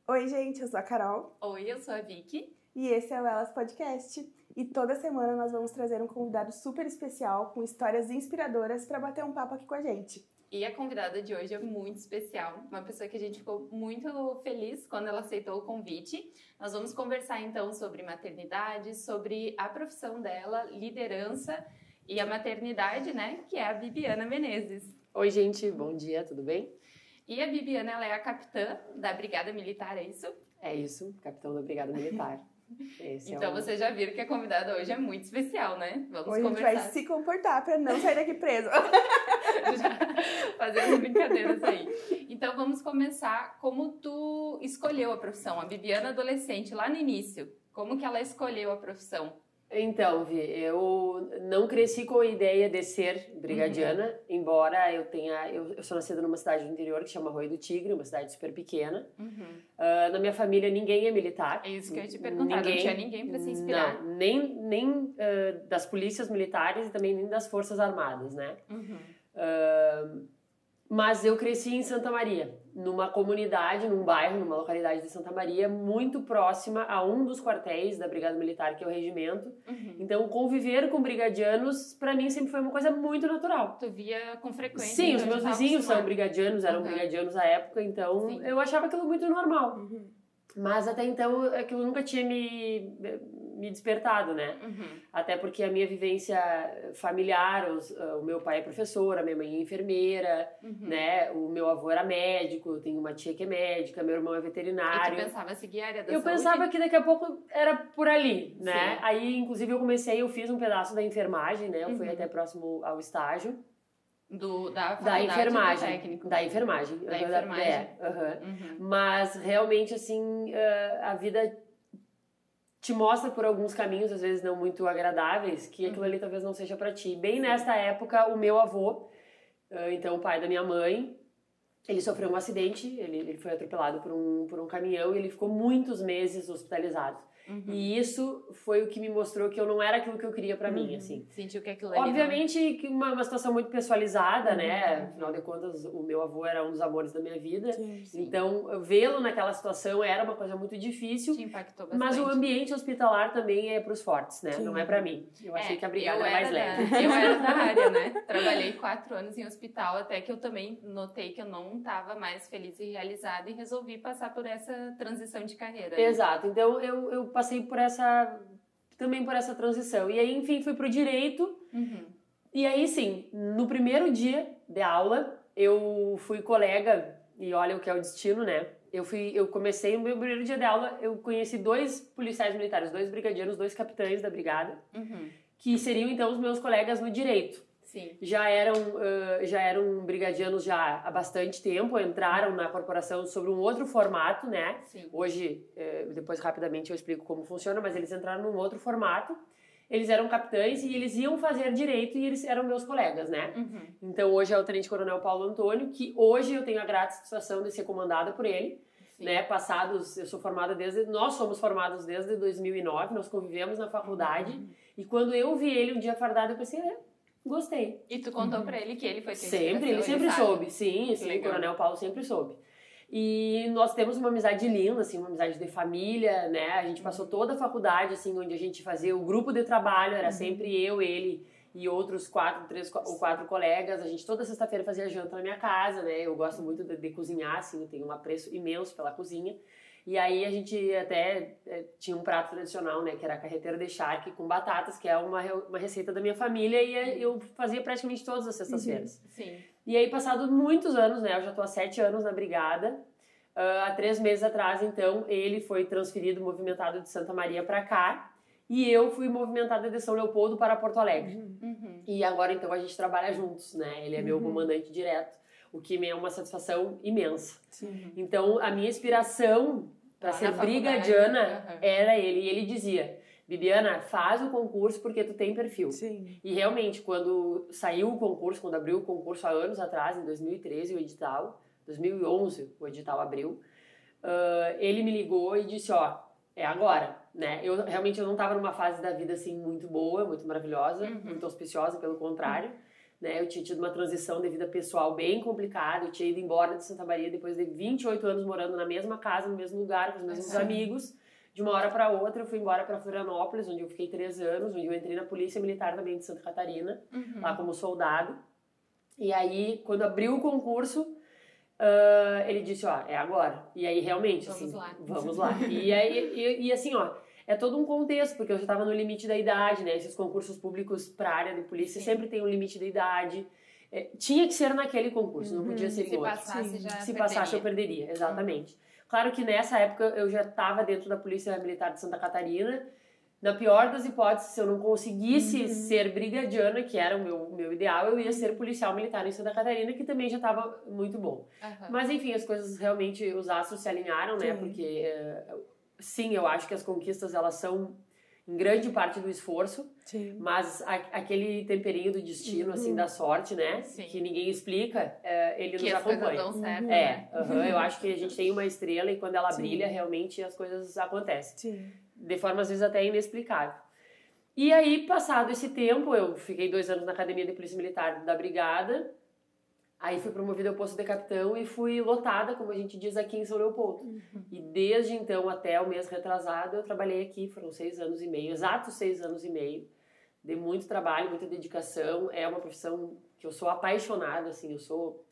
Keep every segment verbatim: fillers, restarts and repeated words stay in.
Oi, gente, eu sou a Carol. Oi, eu sou a Vicky. E esse é o Elas Podcast. E toda semana nós vamos trazer um convidado super especial com histórias inspiradoras para bater um papo aqui com a gente. E a convidada de hoje é muito especial, uma pessoa que a gente ficou muito feliz quando ela aceitou o convite. Nós vamos conversar então sobre maternidade, sobre a profissão dela, liderança e a maternidade, né, que é a Bibiana Menezes. Oi, gente, bom dia, tudo bem? E a Bibiana, ela é a capitã da Brigada Militar, é isso? É isso, capitão da Brigada Militar. Esse então é um... vocês já viram que a convidada hoje é muito especial, né? Vamos hoje conversar. A gente vai se comportar para não sair daqui preso. Fazendo brincadeiras aí. Então vamos começar como tu escolheu a profissão, a Bibiana adolescente, lá no início. Como que ela escolheu a profissão? Então, Vi, eu não cresci com a ideia de ser brigadiana, uhum. embora eu tenha... Eu, eu sou nascida numa cidade do interior que chama Arroio do Tigre, uma cidade super pequena. Uhum. Uh, na minha família, ninguém é militar. É isso que eu ia te perguntar, ninguém, não tinha ninguém para se inspirar. Não, nem, nem uh, das polícias militares e também nem das Forças Armadas, né? Uhum. Uh, mas eu cresci em Santa Maria, numa comunidade, num bairro, numa localidade de Santa Maria, muito próxima a um dos quartéis da Brigada Militar, que é o regimento. Uhum. Então, conviver com brigadianos, pra mim, sempre foi uma coisa muito natural. Tu via com frequência? Sim, os meus vizinhos são brigadianos, eram uhum. brigadianos à época, então Sim. eu achava aquilo muito normal. Uhum. Mas até então, aquilo nunca tinha me... me despertado, né? Uhum. Até porque a minha vivência familiar, os, uh, o meu pai é professor, a minha mãe é enfermeira, uhum. né? O meu avô era médico, eu tenho uma tia que é médica, meu irmão é veterinário. E tu pensava seguir a área da eu saúde? Eu pensava que daqui a pouco era por ali, né? Sim. Aí, inclusive, eu comecei, eu fiz um pedaço da enfermagem, né? Eu uhum. fui até próximo ao estágio. Do, da, da enfermagem, técnico. da enfermagem. Da enfermagem. É, uhum. Uhum. Mas, realmente, assim, uh, a vida... te mostra por alguns caminhos, às vezes não muito agradáveis, que aquilo ali talvez não seja pra ti. Bem nesta época, o meu avô, então o pai da minha mãe, ele sofreu um acidente, ele, ele foi atropelado por um, por um caminhão e ele ficou muitos meses hospitalizado. Uhum. E isso foi o que me mostrou que eu não era aquilo que eu queria pra uhum. mim, assim. Sentiu que aquilo ali Obviamente não... que uma, uma situação muito pessoalizada, uhum. né? Afinal de contas, o meu avô era um dos amores da minha vida. Sim, sim. Então, vê-lo naquela situação era uma coisa muito difícil. Te impactou bastante. Mas o ambiente hospitalar também é pros fortes, né? Sim. Não é pra mim. Eu achei é, que a brigada era mais leve. Da, eu era da área, né? Trabalhei quatro anos em hospital, até que eu também notei que eu não estava mais feliz e realizada e resolvi passar por essa transição de carreira. Né? Exato. Então, eu, eu passei por essa... também por essa transição. E aí, enfim, fui pro direito. Uhum. E aí, sim, no primeiro dia de aula, eu fui colega, e olha o que é o destino, né? Eu fui, eu comecei, no meu primeiro dia de aula, eu conheci dois policiais militares, dois brigadianos, dois capitães da brigada, uhum. que seriam, então, os meus colegas no direito. Sim. Já eram, uh, já eram brigadianos já há bastante tempo, entraram na corporação sobre um outro formato, né? Sim. Hoje, uh, depois rapidamente eu explico como funciona, mas eles entraram num outro formato. Eles eram capitães e eles iam fazer direito e eles eram meus colegas, né? Uhum. Então hoje é o Tenente Coronel Paulo Antônio, que hoje eu tenho a grata satisfação de ser comandada por ele. Sim. Né? Passados, eu sou formada desde, nós somos formados desde dois mil e nove, nós convivemos na faculdade. Uhum. E quando eu vi ele um dia fardado, eu pensei, é, gostei. E tu contou uhum. pra ele que ele foi ter Sempre, ele sempre ele soube. Sim, sim, o Coronel Paulo sempre soube. E nós temos uma amizade linda, assim, uma amizade de família, né? A gente passou toda a faculdade, assim, onde a gente fazia o grupo de trabalho, era uhum. sempre eu, ele e outros quatro, três ou quatro colegas. A gente toda sexta-feira fazia janta na minha casa, né? Eu gosto muito de, de cozinhar, assim, eu tenho um apreço imenso pela cozinha. E aí a gente até é, tinha um prato tradicional, né, que era a carreteira de charque com batatas, que é uma, uma receita da minha família, e eu fazia praticamente todas as sextas-feiras. Uhum. Sim. E aí, passados muitos anos, né, eu já tô há sete anos na brigada, uh, há três meses atrás, então, ele foi transferido, movimentado de Santa Maria para cá, e eu fui movimentada de São Leopoldo para Porto Alegre. Uhum. E agora, então, a gente trabalha juntos, né, ele é meu uhum. comandante direto, o que me é uma satisfação imensa. Sim. Então, a minha inspiração para ah, ser brigadiana uhum. era ele. E ele dizia, Bibiana, faz o concurso porque tu tem perfil. Sim. E realmente, quando saiu o concurso, quando abriu o concurso há anos atrás, em dois mil e treze, o edital, dois mil e onze o edital abriu, uh, ele me ligou e disse, ó, é agora, né? Eu realmente eu não estava numa fase da vida assim muito boa, muito maravilhosa, uhum. muito auspiciosa, pelo contrário. Uhum. né? Eu tinha tido uma transição de vida pessoal bem complicada, eu tinha ido embora de Santa Maria depois de vinte e oito anos morando na mesma casa, no mesmo lugar, com os mesmos Sim. amigos. De uma hora para outra, eu fui embora para Florianópolis, onde eu fiquei três anos, onde eu entrei na Polícia Militar também de Santa Catarina, Uhum. lá como soldado. E aí, quando abriu o concurso, uh, ele disse, ó, é agora. E aí, realmente, Vamos assim, lá. vamos lá. E aí, e, e assim, ó, é todo um contexto, porque eu já estava no limite da idade, né? Esses concursos públicos para a área de polícia Sim. sempre tem um limite de idade. É, tinha que ser naquele concurso, não podia ser em Se outro. passasse, já Se perderia. passasse, eu perderia, exatamente. Claro que nessa época eu já estava dentro da Polícia Militar de Santa Catarina. Na pior das hipóteses, se eu não conseguisse Uhum. ser brigadiana, que era o meu, meu ideal, eu ia ser policial militar em Santa Catarina, que também já estava muito bom. Uhum. Mas enfim, as coisas realmente, os astros se alinharam, né? Sim. Porque, uh, sim, eu acho que as conquistas, elas são em grande parte do esforço, Sim. mas a, aquele temperinho do destino, Uhum. assim, da sorte, né? Sim. Que ninguém explica, uh, ele Que nos as coisas acompanha. dão certo, É, né? uhum, eu acho que a gente tem uma estrela e quando ela Sim. brilha, realmente as coisas acontecem. Sim. De forma, às vezes, até inexplicável. E aí, passado esse tempo, eu fiquei dois anos na Academia de Polícia Militar da Brigada, aí fui promovida ao posto de capitão e fui lotada, como a gente diz, aqui em São Leopoldo. Uhum. E desde então até o mês retrasado, eu trabalhei aqui, foram seis anos e meio, exatos seis anos e meio, de muito trabalho, muita dedicação, é uma profissão que eu sou apaixonada, assim, eu sou...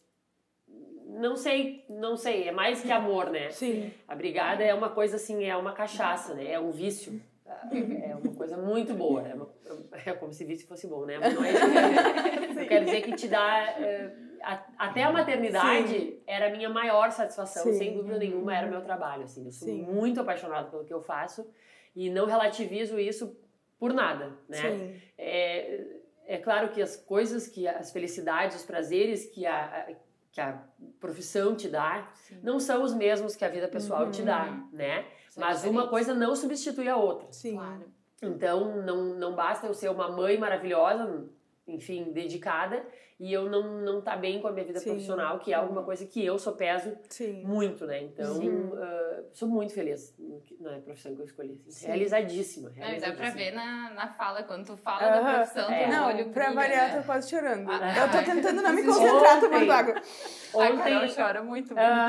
Não sei, não sei, é mais que amor, né? Sim. A brigada é uma coisa assim, é uma cachaça, né? É um vício. É uma coisa muito boa. É, uma, é como se vício fosse bom, né? Mas não é isso que eu quero dizer. Eu quero dizer que te dá... É, a, até a maternidade Sim. era a minha maior satisfação, Sim. sem dúvida nenhuma, era o meu trabalho. Assim. Eu sou Sim. muito apaixonada pelo que eu faço e não relativizo isso por nada, né? Sim. É, é claro que as coisas, que as felicidades, os prazeres que a... que a profissão te dá, Sim. não são os mesmos que a vida pessoal Uhum. te dá, né? São Mas uma diferentes. coisa não substitui a outra. Sim. Claro. Então, não, não basta eu ser uma mãe maravilhosa, enfim, dedicada, e eu não, não tá bem com a minha vida Sim. profissional, que é alguma coisa que eu só peso Sim. muito, né? Então, Sim. uh, sou muito feliz na profissão que eu escolhi. Assim. Sim. Realizadíssima, Não, e dá realizadíssima. pra ver na, na fala, quando tu fala Aham. da profissão, É. teu Não, olho pra brilha, variar, né? eu tô quase chorando. Ah, eu tô ai. tentando não me Ontem- concentrar tomando água. A Carol Ontem, chora muito. Ah,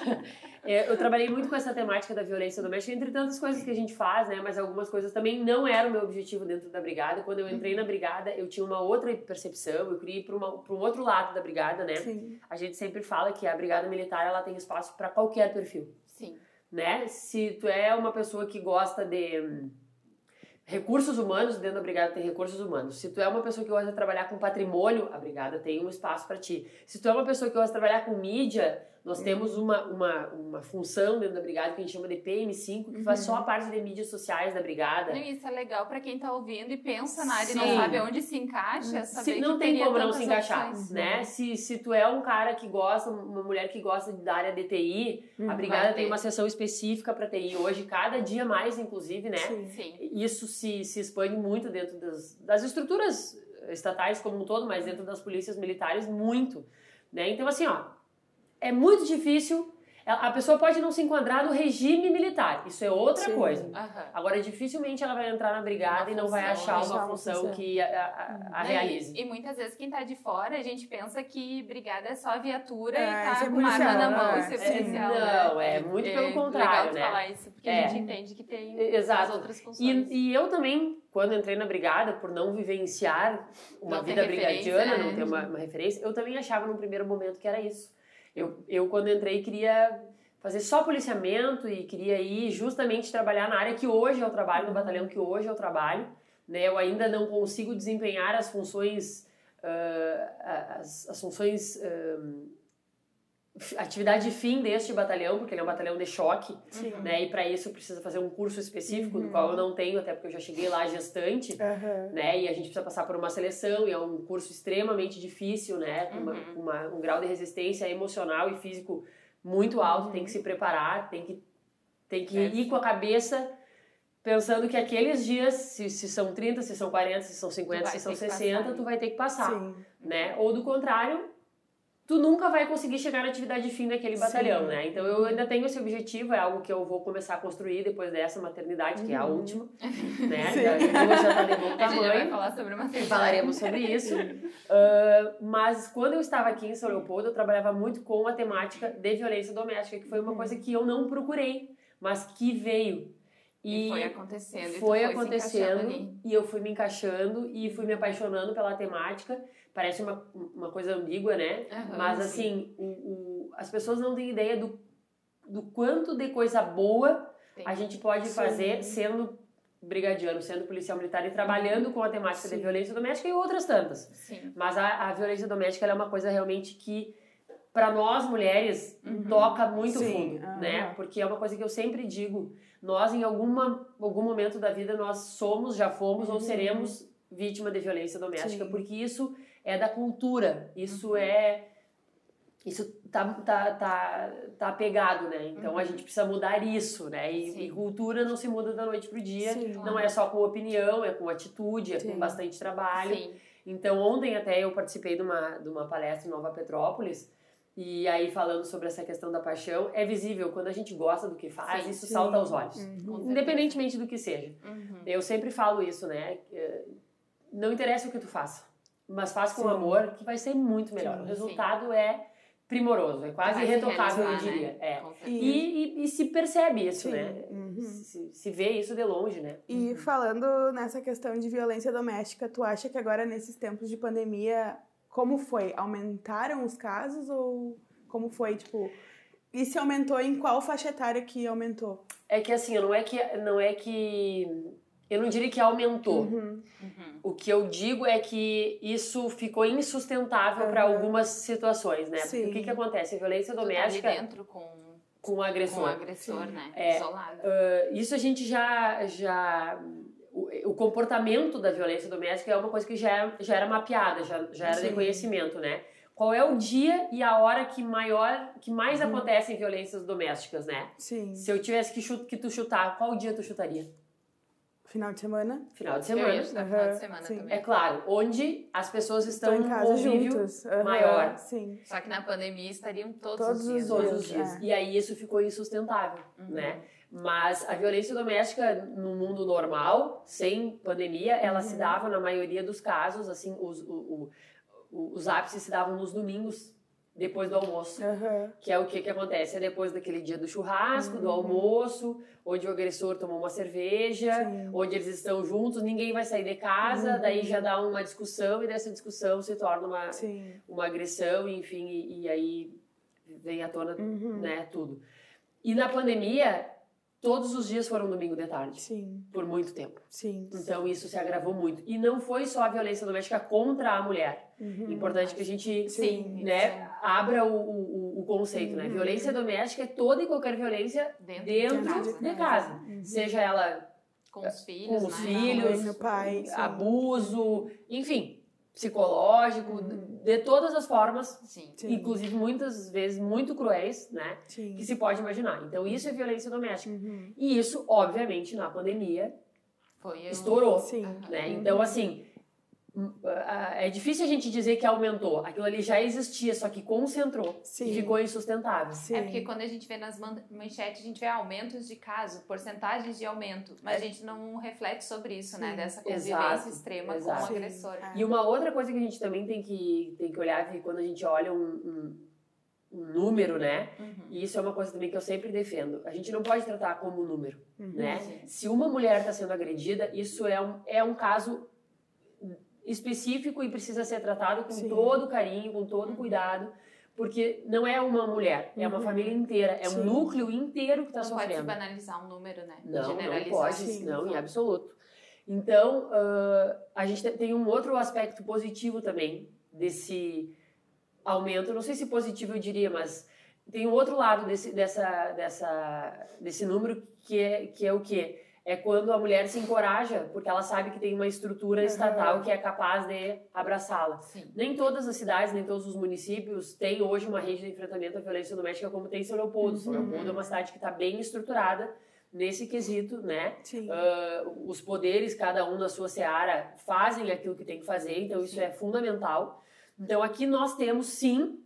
é, eu trabalhei muito com essa temática da violência doméstica, entre tantas coisas que a gente faz, né? Mas algumas coisas também não eram o meu objetivo dentro da brigada. Quando eu entrei na brigada, eu tinha uma outra percepção, eu queria ir para um outro lado da brigada, né? Sim. A gente sempre fala que a brigada militar, ela tem espaço para qualquer perfil, Sim. né? Se tu é uma pessoa que gosta de hum, recursos humanos, dentro da brigada tem recursos humanos. Se tu é uma pessoa que gosta de trabalhar com patrimônio, a brigada tem um espaço para ti. Se tu é uma pessoa que gosta de trabalhar com mídia, nós Uhum. temos uma, uma, uma função dentro da brigada que a gente chama de P M cinco, que faz Uhum. só a parte de mídias sociais da brigada. Não, isso é legal pra quem tá ouvindo e pensa na área e Sim. não sabe onde se encaixa. Saber Se, não que tem teria como não tantas se encaixar, opções. né? Se, se tu é um cara que gosta, uma mulher que gosta da área de T I, a Uhum. brigada Vai tem ter. uma seção específica para T I hoje, cada dia mais, inclusive, né? Sim. Sim. Isso se, se expande muito dentro das, das estruturas estatais como um todo, mas dentro das polícias militares, muito, né? Então, assim, ó, é muito difícil. A pessoa pode não se enquadrar no regime militar, isso é outra Sim. coisa. Aham. Agora, dificilmente ela vai entrar na brigada Uma e não vai função, achar né? uma Achar uma função função. que a, a, a Né, realize. E, e muitas vezes quem tá de fora, a gente pensa que brigada é só viatura É, e tá ser com uma arma policial, na mão né? e ser É, policial. não, né? é muito É pelo contrário, legal tu né? falar isso, porque É. a gente entende que tem Exato. as outras funções. E, e eu também, quando entrei na brigada, por não vivenciar uma Não ter vida referência, brigadiana, é. não ter uma, uma referência, eu também achava num primeiro momento que era isso. Eu, eu quando entrei, queria fazer só policiamento e queria ir justamente trabalhar na área que hoje eu trabalho, no batalhão que hoje eu trabalho. Né? Eu ainda não consigo desempenhar as funções, uh, as, as funções... Uh, atividade fim deste batalhão, porque ele é um batalhão de choque, Sim. né? E para isso precisa fazer um curso específico, Uhum. do qual eu não tenho, até porque eu já cheguei lá gestante, Aham. né? E a gente precisa passar por uma seleção, e é um curso extremamente difícil, né? Com uma, Uhum. com uma, um grau de resistência emocional e físico muito alto, Uhum. tem que se preparar, tem que, tem que É. ir com a cabeça pensando que aqueles dias, se, se são trinta, se são quarenta, se são cinquenta, vai se são ter que sessenta, passar. tu vai ter que passar, Sim. né? Ou do contrário, tu nunca vai conseguir chegar na atividade fim daquele batalhão, Sim. né? Então eu ainda tenho esse objetivo, é algo que eu vou começar a construir depois dessa maternidade, que é a Uhum. última, né? Sim. Já, já tá de bom A gente já vai tamanho. falar sobre maternidade. Falaremos sobre isso. Uh, mas quando eu estava aqui em São Leopoldo, eu trabalhava muito com a temática de violência doméstica, que foi uma coisa que eu não procurei, mas que veio. E, e foi acontecendo. Foi, e tu foi acontecendo e eu fui me encaixando e fui me apaixonando pela temática. Parece uma, uma coisa ambígua, né? Uhum, mas sim. assim, o, o, as pessoas não têm ideia do, do quanto de coisa boa Tem. a gente pode Sim. fazer sendo brigadiano, sendo policial militar e trabalhando com a temática Sim. de violência doméstica e outras tantas. Sim. Mas a, a violência doméstica ela é uma coisa realmente que, para nós mulheres, Uhum. toca muito Sim, fundo, uhum. né? Porque é uma coisa que eu sempre digo, nós em alguma, algum momento da vida nós somos, já fomos ou Uhum. seremos vítima de violência doméstica, Sim. porque isso é da cultura, isso Uhum. é... Isso tá, tá, tá, tá apegado, né? Então Uhum. a gente precisa mudar isso, né? E, Sim. e cultura não se muda da noite pro dia, Sim. não é só com opinião, é com atitude, é Sim. com bastante trabalho. Sim. Então, ontem até eu participei de uma, de uma palestra em Nova Petrópolis, e aí falando sobre essa questão da paixão, é visível, quando a gente gosta do que faz, Sim, isso sim. salta aos olhos. Uhum. Com certeza. Independentemente do que seja. Uhum. Eu sempre falo isso, né? Eh, Não interessa o que tu faça, mas faz com Sim. amor, que vai ser muito melhor. Sim. O resultado é primoroso, é quase Vai se irretocável, eu realizar, diria. né? É. Com certeza. E, e, e se percebe isso, Sim. né? Uhum. Se, se vê isso de longe, né? E falando nessa questão de violência doméstica, tu acha que agora nesses tempos de pandemia, como foi? Aumentaram os casos ou como foi, tipo... E se aumentou, em qual faixa etária que aumentou? É que assim, não é que... Não é que eu não diria que aumentou. Uhum. Uhum. O que eu digo é que isso ficou insustentável para Uhum. algumas situações, né? Porque Sim. o que, que acontece? A violência Tu tá ali doméstica dentro com, com o agressor. com o agressor, né? É. Isolado. Uh, isso a gente já... já o, o comportamento da violência doméstica é uma coisa que já, já era mapeada, já, já era Sim. de conhecimento, né? Qual é o dia e a hora que, maior, que mais Uhum. acontecem violências domésticas, né? Sim. Se eu tivesse que, chut, que tu chutar, qual dia tu chutaria? Final de semana? Final de Eu semana. ia chutar final de Uhum, semana sim. também. É claro, onde as pessoas estão Estão em num casa convívio juntos. Uhum. maior. Sim. Só que na pandemia estariam todos, Todos os dias. os todos os dias, dias. é. E aí isso ficou insustentável, Uhum. né? Mas a violência doméstica no mundo normal, sem pandemia, ela Uhum. se dava na maioria dos casos, assim, os, o, o, o- os ápices se davam nos domingos, depois do almoço. Uhum. Que é o que que acontece? É depois daquele dia do churrasco, do Uhum. almoço, onde o agressor tomou uma cerveja, Sim. onde eles estão juntos, ninguém vai sair de casa, Uhum. daí já dá uma discussão e dessa discussão se torna uma, Sim. uma agressão, enfim, e, e aí vem à tona, Uhum. né, tudo. E na pandemia, todos os dias foram domingo de tarde, Sim. por muito tempo. Sim. Então isso se agravou muito. E não foi só a violência doméstica contra a mulher. Uhum. Importante que a gente Sim. né, abra o, o, o conceito, né? Uhum. Violência doméstica é toda e qualquer violência Dentro, dentro de casa. de casa. Uhum. Seja ela Com os filhos, com os né? filhos, mãe, no pai, sim. abuso, enfim, psicológico, Uhum. de todas as formas, Sim. Sim. inclusive muitas vezes muito cruéis, né? Sim. Que se pode imaginar. Então isso é violência doméstica. Uhum. E isso, obviamente, na pandemia, Foi um... estourou. Sim. Né? Uhum. Então, assim, é difícil a gente dizer que aumentou. Aquilo ali já existia, só que concentrou Sim. e ficou insustentável. Sim. É porque quando a gente vê nas man- manchetes, a gente vê aumentos de casos, porcentagens de aumento, mas a gente não reflete sobre isso, né? Sim. Dessa convivência Exato, extrema exato. com o Sim. agressor. É. E uma outra coisa que a gente também tem que, tem que olhar, que quando a gente olha um, um, um número, né? Uhum. E isso é uma coisa também que eu sempre defendo. A gente não pode tratar como número, Uhum. né? Sim. Se uma mulher está sendo agredida, isso é um, é um caso específico e precisa ser tratado com Sim. todo carinho, com todo cuidado, porque não é uma mulher, é uma Uhum. família inteira, é Sim. um núcleo inteiro que está Não pode se sofrendo. banalizar um número, né? Não, não Generalizar. pode, Sim. não, em absoluto. Então, ah, a gente tem um outro aspecto positivo também desse aumento, não sei se positivo eu diria, mas tem um outro lado desse, dessa, dessa, desse número que é, que é o quê? É quando a mulher se encoraja, porque ela sabe que tem uma estrutura Uhum. estatal que é capaz de abraçá-la. Sim. Nem todas as cidades, nem todos os municípios têm hoje uma rede de enfrentamento à violência doméstica como tem São Leopoldo. São Uhum. Leopoldo é uma cidade que está bem estruturada nesse quesito, né? Sim. Uh, os poderes, cada um na sua seara, fazem aquilo que tem que fazer, então isso é fundamental. Então aqui nós temos, sim,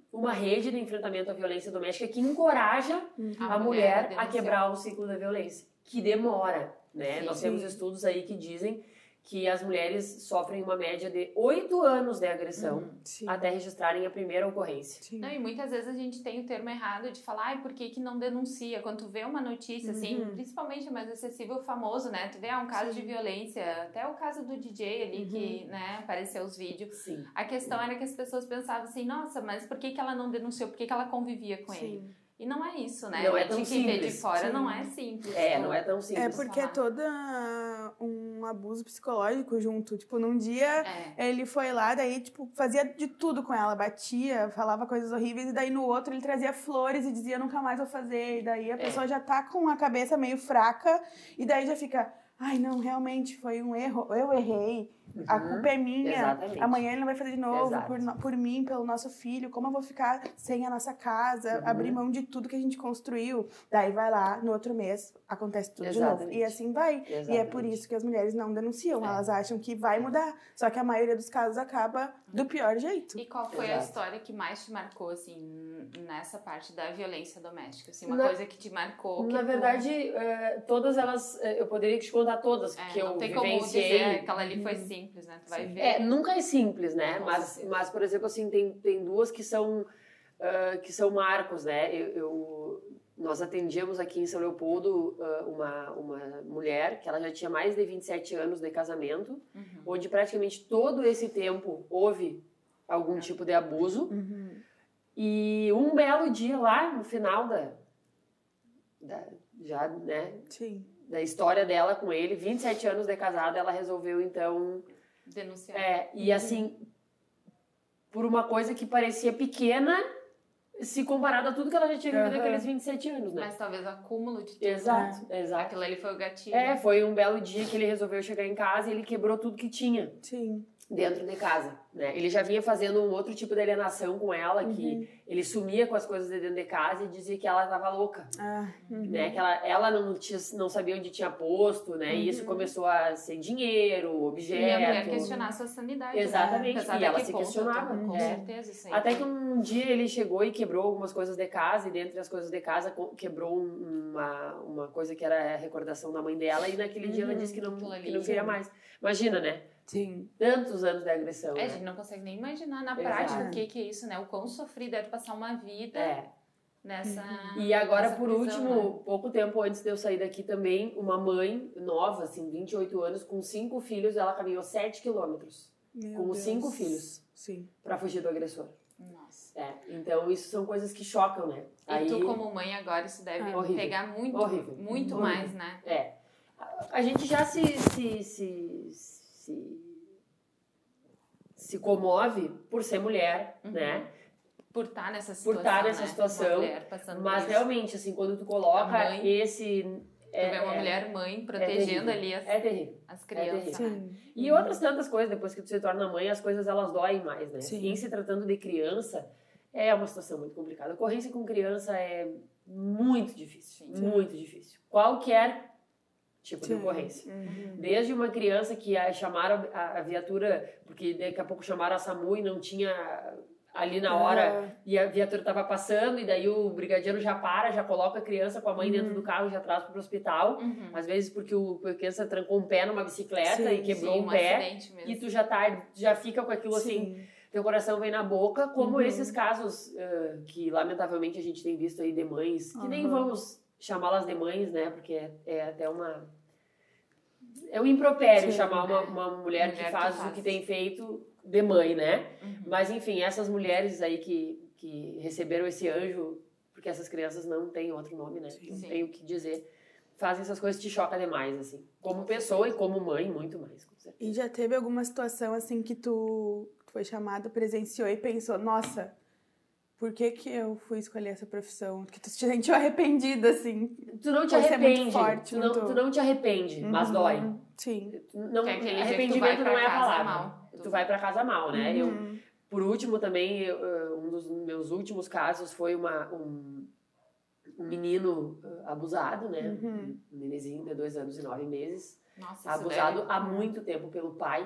uma rede de enfrentamento à violência doméstica que encoraja Uhum. a, A mulher, mulher a quebrar o ciclo da violência, que demora, né? Sim. Nós temos estudos aí que dizem que as mulheres sofrem uma média de oito anos de agressão Uhum. Sim. até registrarem a primeira ocorrência. Sim. Não, e muitas vezes a gente tem o termo errado de falar, ai, por que que não denuncia? Quando tu vê uma notícia, assim, Uhum. principalmente mais acessível, famoso, né? Tu vê, ah, um caso Sim. de violência, até o caso do D J ali, Uhum. que, né, apareceu os vídeos. Sim. A questão era que as pessoas pensavam assim, nossa, mas por que que ela não denunciou? Por que que ela convivia com ele? Sim. E não é isso, né? Não é De tão quem vê de simples. fora Sim. não é simples. É, Tu- não é tão É simples. porque é falar. toda um abuso psicológico junto. Tipo, num dia É. ele foi lá, daí, tipo, fazia de tudo com ela. Batia, falava coisas horríveis. E daí no outro ele trazia flores e dizia nunca mais vou fazer. E daí a É. pessoa já tá com a cabeça meio fraca. E daí já fica, ai não, realmente foi um erro. Eu errei. A Uhum. culpa é minha. Exatamente. Amanhã ele não vai fazer de novo Exato. por, no- por mim, pelo nosso filho. Como eu vou ficar sem a nossa casa? Uhum. Abrir mão de tudo que a gente construiu. Daí vai lá, no outro mês, acontece tudo de novo. Exatamente. E assim vai. E é por Exatamente. isso que as mulheres não denunciam. É. Elas acham que vai mudar. Só que a maioria dos casos acaba do pior jeito. E qual foi a Exato. história que mais te marcou, assim, n- nessa parte da violência doméstica? Assim, uma Na- coisa que te marcou? que Na tu- verdade, é, todas elas, é, eu poderia te contar todas, É, porque não eu tem como vivenciei. dizer que aquela ali foi simples, né? Tu vai Sim. ver. É, nunca é simples, né? Com Mas, certeza. mas, por exemplo, assim, tem, tem duas que são, ah, que são marcos, né? Eu, eu- nós atendíamos aqui em São Leopoldo ah, uma, uma mulher que ela já tinha mais de vinte e sete anos de casamento, Uhum. onde praticamente todo esse tempo houve algum tipo de abuso. E um belo dia lá, no final da, da já, né, Sim. da história dela com ele, vinte e sete anos de casada, ela resolveu, então... Denunciar. É, e assim, por uma coisa que parecia pequena, se comparado a tudo que ela já tinha vivido Aham. naqueles vinte e sete anos, né? Mas talvez o acúmulo de tudo. Exato, né? exato. Aquilo ali foi o gatilho. É, foi um belo dia que ele resolveu chegar em casa e ele quebrou tudo que tinha Sim. dentro de casa, né? Ele já vinha fazendo um outro tipo de alienação com ela, que ele sumia com as coisas de dentro de casa e dizia que ela estava louca, Ah, uhum. né? Que ela, ela não, tinha, não sabia onde tinha posto, né? E isso começou a ser dinheiro, objeto... E a mulher questionar a sua sanidade. Exatamente, Né? Apesar e ela de se que ponto, questionava, Com é. certeza, isso aí. Até que um dia ele chegou e quebrou algumas coisas de casa, e dentre as coisas de casa co- quebrou um- uma, uma coisa que era a recordação da mãe dela, e naquele dia ela disse que não, Aquilo ali, que não queria sim. mais. Imagina, né? Sim. Tantos anos de agressão. É, a né? gente não consegue nem imaginar na Exato. prática o que, que é isso, né? O quão sofrido é de passar uma vida É. nessa. E agora, nessa por prisão, último, né? pouco tempo antes de eu sair daqui também, uma mãe nova, assim, vinte e oito anos, com cinco filhos, ela caminhou sete quilômetros Meu com Deus. cinco filhos Sim. pra fugir do agressor. Nossa. É, então isso são coisas que chocam, né? E tu, como mãe, agora isso deve Ah, horrível. pegar muito, Horrível. muito Horrível. mais, né? É. A- A gente já se, se, se, se, se comove por ser mulher, Uhum. né? Por estar nessa Por situação. estar nessa né? situação, Uma mulher passando Mas por isso. realmente, assim, quando tu coloca A mãe- esse... Tu vê uma mulher mãe protegendo terrível. ali as, É terrível. as crianças. terrível. né? Sim. E outras tantas coisas, depois que tu se torna mãe, as coisas elas doem mais, né? Sim. Em se tratando de criança, é uma situação muito complicada. A ocorrência com criança é muito difícil, Sim. muito difícil. Qualquer tipo de Sim. ocorrência. Uhum. Desde uma criança que a, chamaram a, a viatura, porque daqui a pouco chamaram a SAMU e não tinha ali na hora, Ah, e a viatura tava passando, e daí o brigadeiro já para, já coloca a criança com a mãe Uhum. dentro do carro e já traz pro hospital. Uhum. Às vezes porque o a criança trancou um pé numa bicicleta Sim, e quebrou Sim, um um pé, acidente mesmo. e tu já tá, já fica com aquilo assim, sim. teu coração vem na boca, como Uhum. esses casos eh, que lamentavelmente a gente tem visto aí de mães, que nem Uhum. vamos chamá-las de mães, né, porque é, é até uma... É um impropério Sim, chamar uma, né? uma mulher, Mulher que que faz o faz. que tem feito de mãe, né? Uhum. Mas enfim, essas mulheres aí que, que receberam esse anjo, porque essas crianças não têm outro nome, né? Sim. Não Sim. tem o que dizer. Fazem essas coisas, te choca demais, assim. Como pessoa e como mãe, muito mais, com certeza. E já teve alguma situação assim que tu, tu foi chamado, presenciou e pensou, nossa, por que que eu fui escolher essa profissão? Que tu se sentiu arrependida, assim. Tu não te Pode ser muito arrepende. forte, tu, não, muito- tu não te arrepende, mas Uhum. dói. Sim. Não, Que é aquele dia que tu arrependimento vai pra não é a casa palavra. mal. Tu vai pra casa mal, né? Eu, Uhum. por último, também, eu, uh, um dos meus últimos casos foi uma, um, um menino uh, abusado, né? Uhum. Um nenenzinho de dois anos e nove meses. Nossa, isso Abusado deve- há muito tempo pelo pai.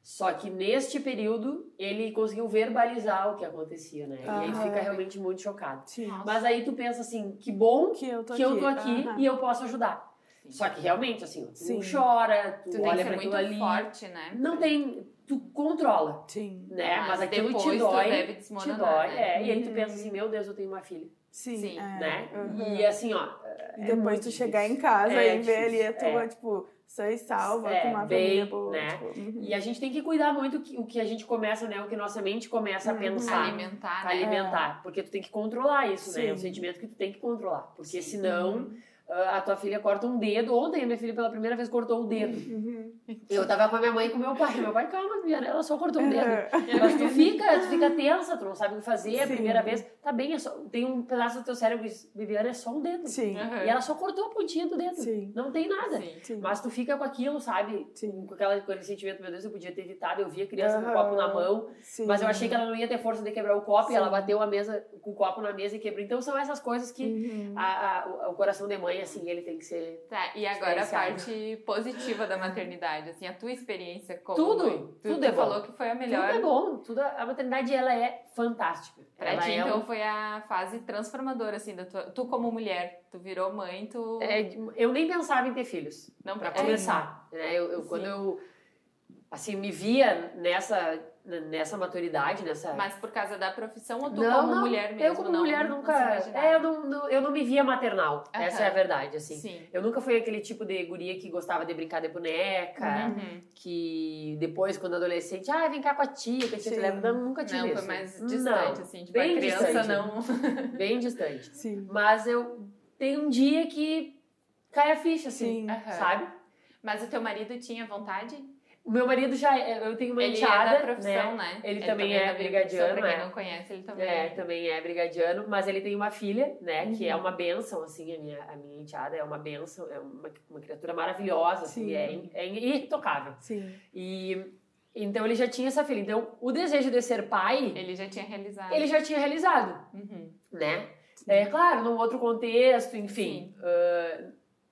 Só que neste período, ele conseguiu verbalizar o que acontecia, né? Ah, e aí tu fica realmente muito chocado. Sim. Mas aí tu pensa assim, que bom Que eu tô que aqui, eu tô aqui Aham. e eu posso ajudar. Sim. Só que realmente, assim, tu Sim. chora, tu, Tu tem que olha ser pra muito aquilo ali. forte, né? Não tem... Tu controla, Sim. né? Mas, Mas aquilo te depois tu dói, deve te desmoronar, dói. né? É, e aí tu Uhum. pensa assim, meu Deus, eu tenho uma filha. Sim. Sim. é. Né? Uhum. E assim, ó... E é depois muito tu chegar difícil. em casa É e ver ali a difícil, tua, é. tipo, sã salva, É, com uma bem, família boa. né? Tipo, uhum. E a gente tem que cuidar muito que, o que a gente começa, né? O que nossa mente começa a Uhum. pensar. Alimentar, A né? alimentar. Porque tu tem que controlar isso, né? É um Sim. sentimento que tu tem que controlar. Porque Sim. senão Uhum. ah, a tua filha corta um dedo. Ontem a minha filha pela primeira vez cortou o dedo. Uhum. Eu tava com a minha mãe e com o meu pai. Meu pai, calma, Viana, ela só cortou um dedo. Uhum. Mas tu fica, tu fica tensa, tu não sabe o que fazer. A Sim. primeira vez, tá bem, é só, tem um pedaço do teu cérebro que diz, Viviana, é só um dedo. Sim. Uhum. E ela só cortou a pontinha do dedo. Sim. Não tem nada. Sim. Sim. Mas tu fica com aquilo, sabe? Sim. Com, aquela, com aquele sentimento, meu Deus, eu podia ter evitado. Eu vi a criança com o Aham. copo na mão, Sim. mas eu achei que ela não ia ter força de quebrar o copo Sim. e ela bateu a mesa, com o copo na mesa e quebrou. Então são essas coisas que Uhum. a, a, o coração de mãe, assim, ele tem que ser... Tá, e agora a Experienciado. parte positiva da maternidade, assim, a tua experiência como Tudo, mãe. Tu, tudo tu é bom. falou que foi a melhor. Tudo é bom. Tudo, a maternidade, ela é fantástica. Pra ela ti, é então, um- foi a fase transformadora, assim, da tua... Tu como mulher, tu virou mãe, tu... é, eu nem pensava em ter filhos. Não, Pra é, começar, né? Eu, eu- Sim. quando eu, assim, me via nessa, nessa maturidade, nessa... Mas por causa da profissão ou tu não, como não, mulher mesmo? eu como não, mulher não nunca... se imaginava? é, eu, não, não- eu não me via maternal, Aham. essa é a verdade, assim. Sim. Eu nunca fui aquele tipo de guria que gostava de brincar de boneca, Uhum. que depois, quando adolescente, ah, vem cá com a tia, que a tia te Sim. leva. Não, nunca tive Não, isso. foi mais Não, distante, assim, tipo, bem a criança distante. não... Bem distante. Sim. Mas eu tenho um dia que cai a ficha, assim, Sim. Aham. sabe? Mas o teu marido tinha vontade? O meu marido já é, eu tenho uma Ele enteada, é da profissão, né? né? Ele também é da brigadiano, Pra quem é. não conhece, ele também É, também é brigadiano, mas ele tem uma filha, né, que Uhum. é uma bênção, assim, a minha, a minha enteada é uma bênção, é uma, uma criatura maravilhosa, assim, Sim. é, in- é irretocável. Sim. E, então ele já tinha essa filha. Então, o desejo de ser pai, Ele já tinha realizado. ele já tinha realizado, Uhum. né? É claro, num outro contexto, enfim. Sim. ah,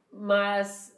mas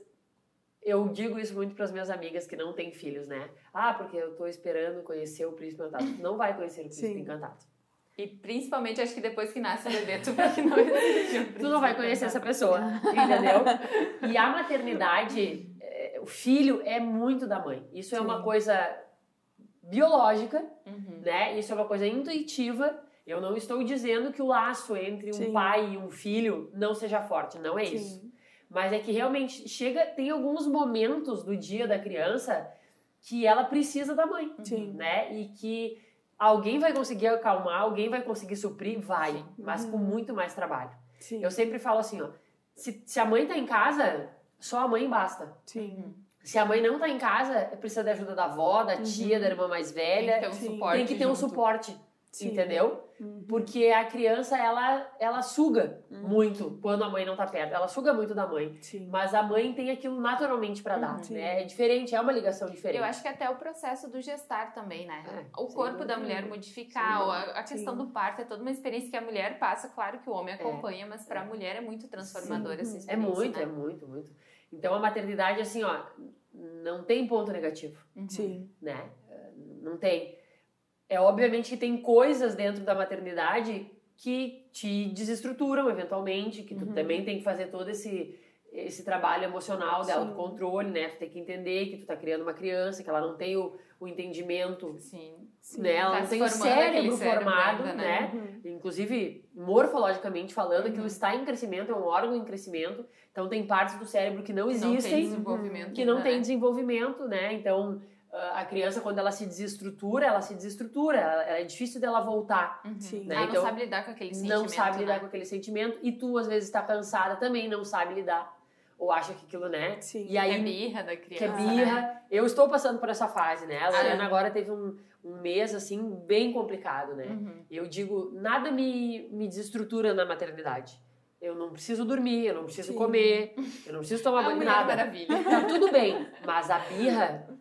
eu digo isso muito para as minhas amigas que não têm filhos, né? Ah, porque eu tô esperando conhecer o príncipe encantado. Não vai conhecer o príncipe Sim. encantado. E principalmente, acho que depois que nasce o bebê, tu vê que não existe um Tu não vai conhecer essa pessoa, entendeu? E a maternidade, é, o filho é muito da mãe. Isso é uma Sim. coisa biológica, Uhum. né? Isso é uma coisa intuitiva. Eu não estou dizendo que o laço entre um Sim. pai e um filho não seja forte, não é isso. Sim. Mas é que realmente chega, tem alguns momentos do dia da criança que ela precisa da mãe, Sim. né? E que alguém vai conseguir acalmar, alguém vai conseguir suprir, vai, Sim. mas com Uhum. muito mais trabalho. Sim. Eu sempre falo assim, ó, se, se a mãe tá em casa, só a mãe basta. Sim. Se a mãe não tá em casa, precisa da ajuda da avó, da tia, Uhum. da irmã mais Tem velha, que ter um Sim. suporte tem que ter um junto. suporte, Sim. entendeu? Uhum. Porque a criança, ela, ela suga Uhum. muito quando a mãe não tá perto. Ela suga muito da mãe. Sim. Mas a mãe tem aquilo naturalmente pra dar, Uhum. né? É diferente, é uma ligação diferente. Eu acho que até o processo do gestar também, né? É, o sem corpo da dúvida mulher nenhuma. modificar, Sem ou a, a questão Sim. do parto, é toda uma experiência que a mulher passa. Claro que o homem acompanha, mas pra mulher é muito transformadora essa É experiência. muito, né? é muito, muito. Então a maternidade, assim, ó, não tem ponto negativo, Uhum. Sim. né? Não tem. É obviamente que tem coisas dentro da maternidade que te desestruturam eventualmente, que tu Uhum. também tem que fazer todo esse esse trabalho emocional de Sim. autocontrole, né? Tu tem que entender que tu tá criando uma criança, que ela não tem o, o entendimento, Sim. Sim. né? Ela Tá não se tem o formando aquele cérebro cérebro formado, ainda, né? né? Uhum. Inclusive, morfologicamente falando, Uhum. aquilo está em crescimento, é um órgão em crescimento. Então, tem partes do cérebro que não Que não tem existem, desenvolvimento. que não ainda, tem né? desenvolvimento, né? Então, a a criança, quando ela se desestrutura, ela se desestrutura. Ela- É difícil dela voltar. Uhum. Sim. Né? Ela Então, não sabe lidar com aquele sentimento. Não sabe lidar né? com aquele sentimento. E tu, às vezes, está cansada também, não sabe lidar. Ou acha que aquilo, né? Sim. E aí, É birra da criança. que é né? birra. Eu estou passando por essa fase, né? A Lorena Sim. agora teve um, um mês, assim, bem complicado, né? Uhum. Eu digo, nada me, me desestrutura na maternidade. Eu não preciso dormir, eu não preciso Sim. comer, eu não preciso tomar É uma banho, mulher nada. maravilha. Tá tudo bem, mas a birra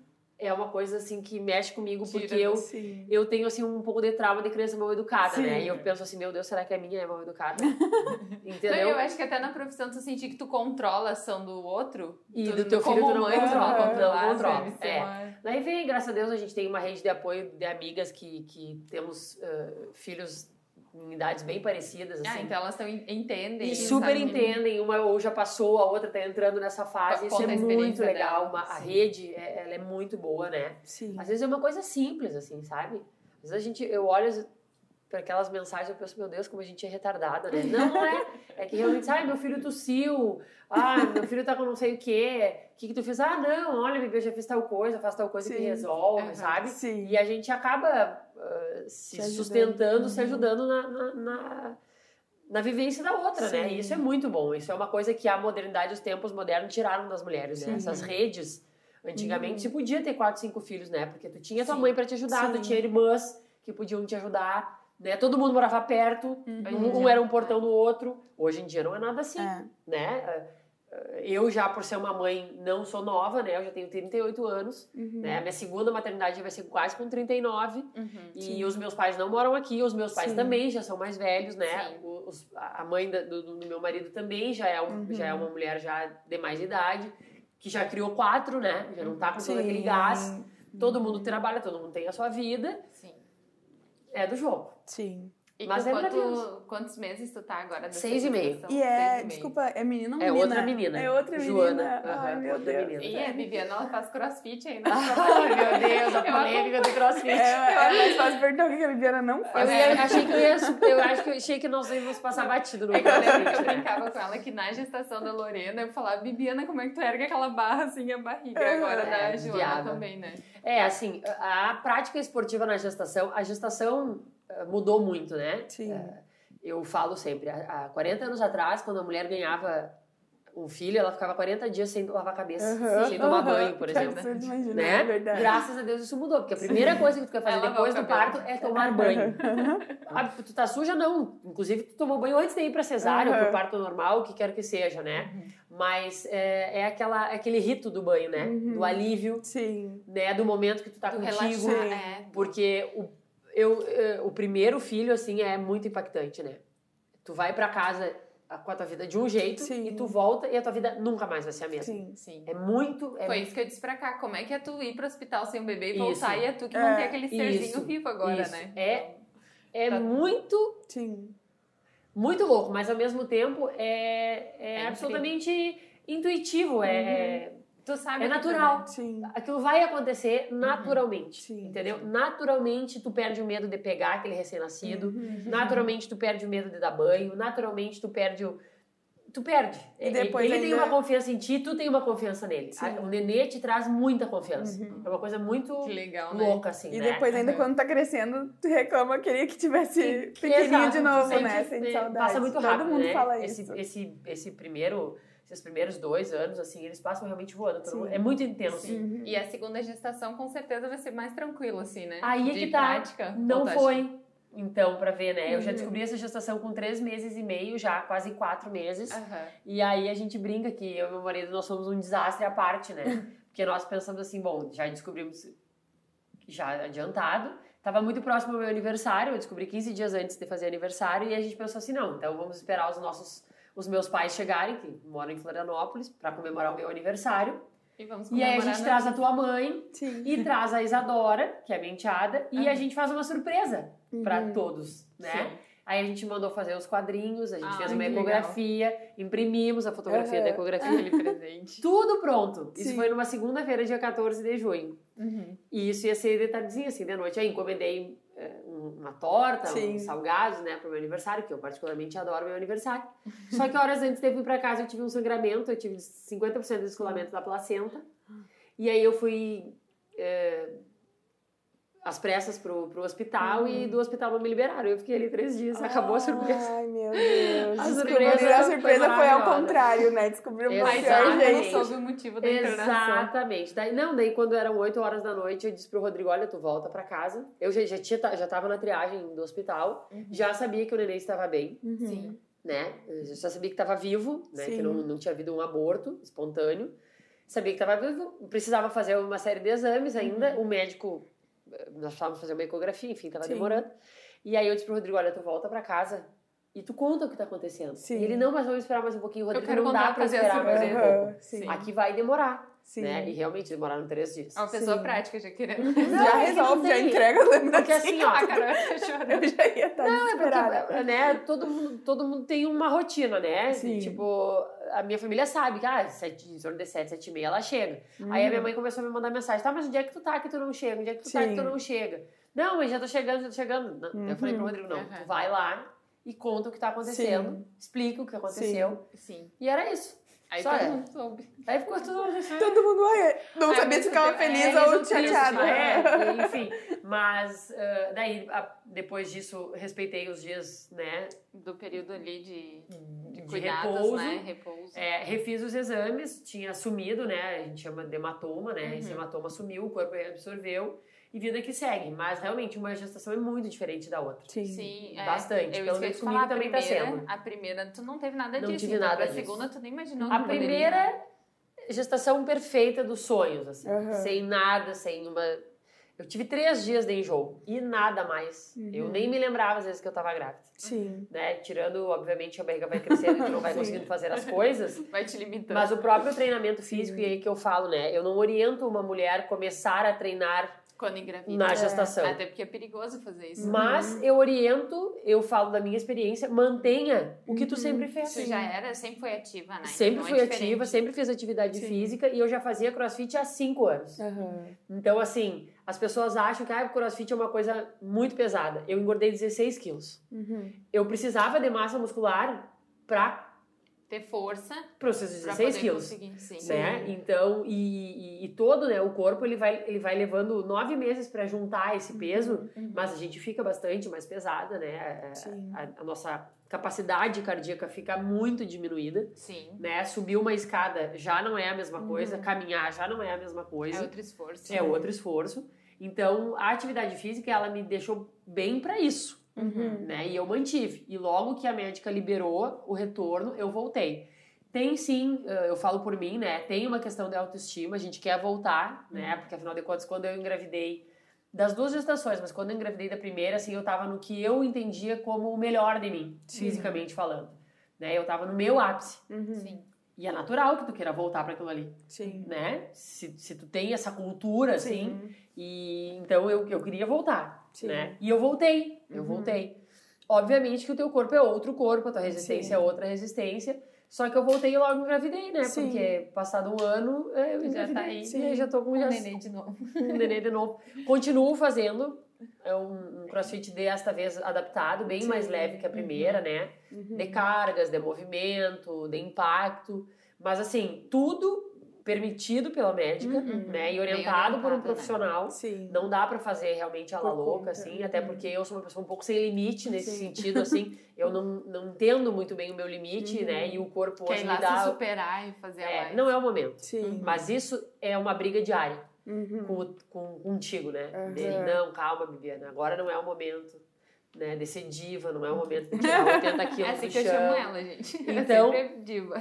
é uma coisa, assim, que mexe comigo, Tira, porque eu, sim. eu tenho, assim, um pouco de trauma de criança mal educada, Sim. né? E eu penso assim, meu Deus, será que a minha é mal educada? Não, Entendeu? eu acho que até na profissão tu sentir que tu controla a ação do outro. E tu, do teu como filho tu não mãe, controla, não não controlar, controla, deve ser é. uma- Daí vem, graças a Deus, a gente tem uma rede de apoio de amigas que, que temos uh, filhos em idades bem parecidas, assim. Ah, então elas tão, entendem. E super sabem- entendem, uma ou já passou, a outra tá entrando nessa fase, isso Conta é a muito experiência legal, dela, uma, a sim. rede, é- ela é muito boa, né? Sim. Às vezes é uma coisa simples, assim, sabe? Às vezes a gente, eu olho para aquelas mensagens, eu penso, meu Deus, como a gente é retardada, né? Não, não é. É que realmente, ai, meu filho tossiu, ah, meu filho tá com não sei o quê, o que que tu fez? Ah, não, olha, bebê, eu já fiz tal coisa, faz tal coisa Sim. que resolve, Aham. sabe? Sim. E a gente acaba uh, se, Se ajudando. sustentando, se Uhum. ajudando na, na, na, na vivência da outra, né? Sim. E isso é muito bom. Isso é uma coisa que a modernidade, os tempos modernos tiraram das mulheres, né? Sim. Essas redes, antigamente, Uhum. se podia ter quatro, cinco filhos, né? Porque tu tinha tua Sim. mãe pra te ajudar, tu Sim. tinha irmãs que podiam te ajudar, né? Todo mundo morava perto, Hoje em um, um dia, era um portão do outro. Hoje em dia não é nada assim, É. né? Eu já, por ser uma mãe, não sou nova, né? Eu já tenho trinta e oito anos, Uhum. né? A minha segunda maternidade vai ser quase com trinta e nove. Uhum. E Sim. os meus pais não moram aqui, os meus pais Sim. também já são mais velhos, né? Sim. O- os- a mãe da- do, do meu marido também já é, um, Uhum. já é uma mulher já de mais idade, que já criou quatro, né? Já não tá com todo aquele Sim. gás. Todo mundo trabalha, todo mundo tem a sua vida. Sim. É do jogo. Sim. E Mas tu, é quanto- maravilhoso. quantos meses tu tá agora? dessa Seis e meio. gestação? E é, Seis e meio. desculpa, é menina ou É menina? outra menina. É outra Joana. menina. Ai, Aham, meu outra Deus. menina. E a Viviana, ela faz crossfit ainda. Ai, meu Deus, a Eu polêmica do crossfit. É, é mais fácil perguntar o que a Bibiana não Eu, faz. ia- achei que eu, ia, eu acho que eu achei que nós íamos passar batido no É que eu lembro que eu crossfit, né? brincava com ela que na gestação da Lorena eu falava, Bibiana, como é que tu ergue aquela barra assim, a barriga? É, Agora da Joana viada. também, né? É, assim, a prática esportiva na gestação, a gestação eh, mudou muito, né? Sim. Eh, Eu falo sempre, há há quarenta anos atrás, quando a mulher ganhava um filho, ela ficava quarenta dias sem lavar a cabeça, Aham, sem tomar aham. banho, por Que exemplo. absurdo, imagina, Né? é verdade. Graças a Deus isso mudou, porque a primeira coisa que tu quer fazer É lavar depois o do cabelo. parto é tomar banho. Ah, tu tá suja? Não. Inclusive, tu tomou banho antes de ir pra cesárea ou Aham. pro parto normal, o que quer que seja, né? Mas é, é, aquela, é aquele rito do banho, né? Uhum. Do alívio, Sim. né? Do momento que tu tá Tu contigo. relaxar, Sim. é. Porque o, eu, eh, o primeiro filho, assim, é muito impactante, né? Tu vai pra casa com a tua vida de um jeito Sim. e tu volta e a tua vida nunca mais vai ser a mesma. Sim. Sim. É muito... É Foi isso que eu disse pra cá. Como é que é tu ir pro hospital sem um bebê e Isso. voltar e é tu que É, mantém aquele isso, serzinho vivo agora, isso. né? É, é Tá. muito, Sim. muito louco, mas ao mesmo tempo é, é, É absolutamente intuitivo, é, Tu sabe é o que tu natural. Sim. Aquilo vai acontecer naturalmente, Sim. entendeu? Naturalmente tu perde o medo de pegar aquele recém-nascido, Uhum. naturalmente tu perde o medo de dar banho, naturalmente tu perde o... Tu perde. E depois Ele tem ainda- uma confiança em ti, tu tem uma confiança nele. Sim. A- O nenê te traz muita confiança. Uhum. É uma coisa muito Que legal, né? louca, assim, E né? depois, ainda Uhum. quando tá crescendo, tu reclama, queria que tivesse Que- pequenininho exato, de tu novo, sente, né? Sente né, saudade. Passa muito Todo rápido, mundo né? fala esse, isso. Esse, esse primeiro, esses primeiros dois anos, assim, eles passam realmente voando. todo Sim. mundo- É muito intenso. Uhum. E a segunda gestação com certeza vai ser mais tranquilo, assim, né? Aí é De que tá. prática. Não Ou tu acha- foi, então, pra ver, né? Eu já Uhum. descobri essa gestação com três meses e meio, já quase quatro meses. Aham. E aí a gente brinca que eu e meu marido, nós somos um desastre à parte, né? Porque nós pensamos assim, bom, já descobrimos já adiantado. Tava muito próximo ao meu aniversário, eu descobri quinze dias antes de fazer aniversário, e a gente pensou assim, não, então vamos esperar os nossos, os meus pais chegarem, que moram em Florianópolis, pra comemorar o meu aniversário. E vamos E aí a comemorar gente no- traz a tua mãe Sim. e traz a Isadora, que é a minha enteada, e Aham. a gente faz uma surpresa pra Uhum. todos, né? Sim. Aí a gente mandou fazer os quadrinhos, a gente Ah, fez uma que ecografia, imprimimos a fotografia Aham. da ecografia, Aquele presente. tudo pronto. Isso Sim. foi numa segunda-feira, dia quatorze de junho. Uhum. E isso ia ser de tardezinha, assim, de noite. Aí encomendei é, um- uma torta, Sim. uns salgados, né, pro meu aniversário, que eu particularmente adoro meu aniversário. Só que horas antes de eu ir pra casa, eu tive um sangramento, eu tive cinquenta por cento de descolamento da placenta. E aí eu fui é, às pressas pro, pro hospital Uhum. e do hospital não me liberaram. Eu fiquei ali três dias, acabou a surpresa. Ai, meu Deus. A Descobriram, surpresa a surpresa foi foi ao maravilhosa. contrário, né? Descobriram o Aí pior já não Exatamente. soube o motivo da internação. Exatamente. Daí, não, daí quando eram oito horas da noite, eu disse pro Rodrigo, olha, tu volta pra casa. Eu já, já, tinha, já tava na triagem do hospital, Uhum. já sabia que o neném estava bem, Uhum. Sim. né? Eu já sabia que estava vivo, né? Sim. Que não, não tinha havido um aborto espontâneo. sabia que estava vivo, precisava fazer uma série de exames ainda, uhum. O médico, nós precisávamos fazer uma ecografia, enfim, estava demorando. E aí eu disse pro Rodrigo, olha, tu volta pra casa e tu conta o que tá acontecendo. Sim. E ele, não, mas vamos esperar mais um pouquinho, Rodrigo, não dá pra esperar mais um pouco. Sim. Aqui vai demorar. Sim. Né? E realmente demoraram três dias. É uma pessoa Sim. prática, já querendo. Não, já resolve, já entrega, lembra? Porque assim, ó. A Carol tá chorando. Eu já ia estar não, desesperada. É porque, né, todo mundo, todo mundo tem uma rotina, né? Sim. Tipo, a minha família sabe que, ah, sete, em torno de sete, sete e meia ela chega. Hum. Aí a minha mãe começou a me mandar mensagem, tá, mas onde é que tu tá que tu não chega? Onde é que tu Sim. tá que tu não chega? Não, mas já tô chegando, já tô chegando. Não. Uhum. Eu falei pro Rodrigo, não, uhum. tu vai lá e conta o que tá acontecendo, Sim. explica o que aconteceu. Sim. Sim. E era isso. Aí Só todo é. mundo soube. Aí ficou tudo... Todo mundo olha. Não Ai, sabia se ficava feliz é, ou chateado. É, enfim. Mas, uh, daí, a, depois disso, respeitei os dias, né? Do período ali de, de, de cuidados, repouso. né? Repouso. É, refiz os exames, tinha sumido, né? A gente chama de hematoma, né? Uhum. Esse hematoma sumiu, o corpo absorveu. E vida que segue. Mas, realmente, uma gestação é muito diferente da outra. Sim. Sim, bastante. É, Pelo menos comigo falar, também primeira, tá sendo. A primeira, tu não teve nada não disso. Tive então, nada a disso. segunda, tu nem imaginou que A poderia. primeira gestação perfeita dos sonhos, assim. Uhum. Sem nada, sem uma... Eu tive três dias de enjoo e nada mais. Uhum. Eu nem me lembrava às vezes que eu tava grávida. Sim. Né? Tirando, obviamente, a barriga vai crescendo e tu não vai conseguindo fazer as coisas. Vai te limitando. Mas o próprio treinamento físico, Sim. e aí que eu falo, né? Eu não oriento uma mulher começar a treinar quando engravida. Na gestação. É. Até porque é perigoso fazer isso. Mas uhum. eu oriento, eu falo da minha experiência, mantenha o que tu sempre fez. Tu já era, sempre foi ativa, né? Sempre então fui é ativa, sempre fiz atividade Sim. física e eu já fazia crossfit há cinco anos. Uhum. Então, assim, as pessoas acham que ah, o crossfit é uma coisa muito pesada. Eu engordei dezesseis quilos. Uhum. Eu precisava de massa muscular pra ter força para os seus dezesseis quilos, sim. né? Então, e, e, e todo, né, o corpo ele vai, ele vai levando nove meses para juntar esse peso, uhum. mas a gente fica bastante mais pesada, né? A, a, a nossa capacidade cardíaca fica muito diminuída, sim. né? Subir uma escada já não é a mesma coisa, uhum. caminhar já não é a mesma coisa. É outro esforço. É outro esforço. Então, a atividade física, ela me deixou bem para isso. Uhum. Né? E eu mantive. E logo que a médica liberou o retorno, eu voltei. Tem sim, eu falo por mim, né? Tem uma questão de autoestima, a gente quer voltar, uhum. né? Porque afinal de contas, quando eu engravidei das duas gestações, mas quando eu engravidei da primeira, assim, eu tava no que eu entendia como o melhor de mim, sim. fisicamente falando. Né? Eu tava no meu ápice. Uhum. Sim. E é natural que tu queira voltar para aquilo ali. Sim. Né? Se, se tu tem essa cultura, Sim. assim. E, então eu, eu queria voltar. Sim. Né? E eu voltei. Eu uhum. voltei. Obviamente que o teu corpo é outro corpo, a tua resistência Sim. é outra resistência. Só que eu voltei e logo engravidei, né? Sim. Porque passado um ano, eu já tá aí. Sim. E já tô com um neném de novo. Um neném de novo. Continuo fazendo. É um, um crossfit desta vez adaptado, bem Sim. mais leve que a primeira, uhum. né? Uhum. De cargas, de movimento, de impacto. Mas assim, tudo permitido pela médica, uhum. né? E orientado por um profissional. Né? Sim. Não dá pra fazer realmente a la por louca, conta. assim. Uhum. Até porque eu sou uma pessoa um pouco sem limite nesse Sim. sentido, assim. Eu não, não entendo muito bem o meu limite, uhum. né? E o corpo Quer hoje ir lá me dá... se superar e fazer a é, live. Não é o momento. Sim. Mas isso é uma briga diária. Uhum. Com, com, contigo, né? Uhum. Dele, não, calma, Bibiana, agora não é o momento, né? De ser diva, não é o momento de tirar oitenta quilos é assim do que chão. eu chamo ela, gente. Então, é sempre diva.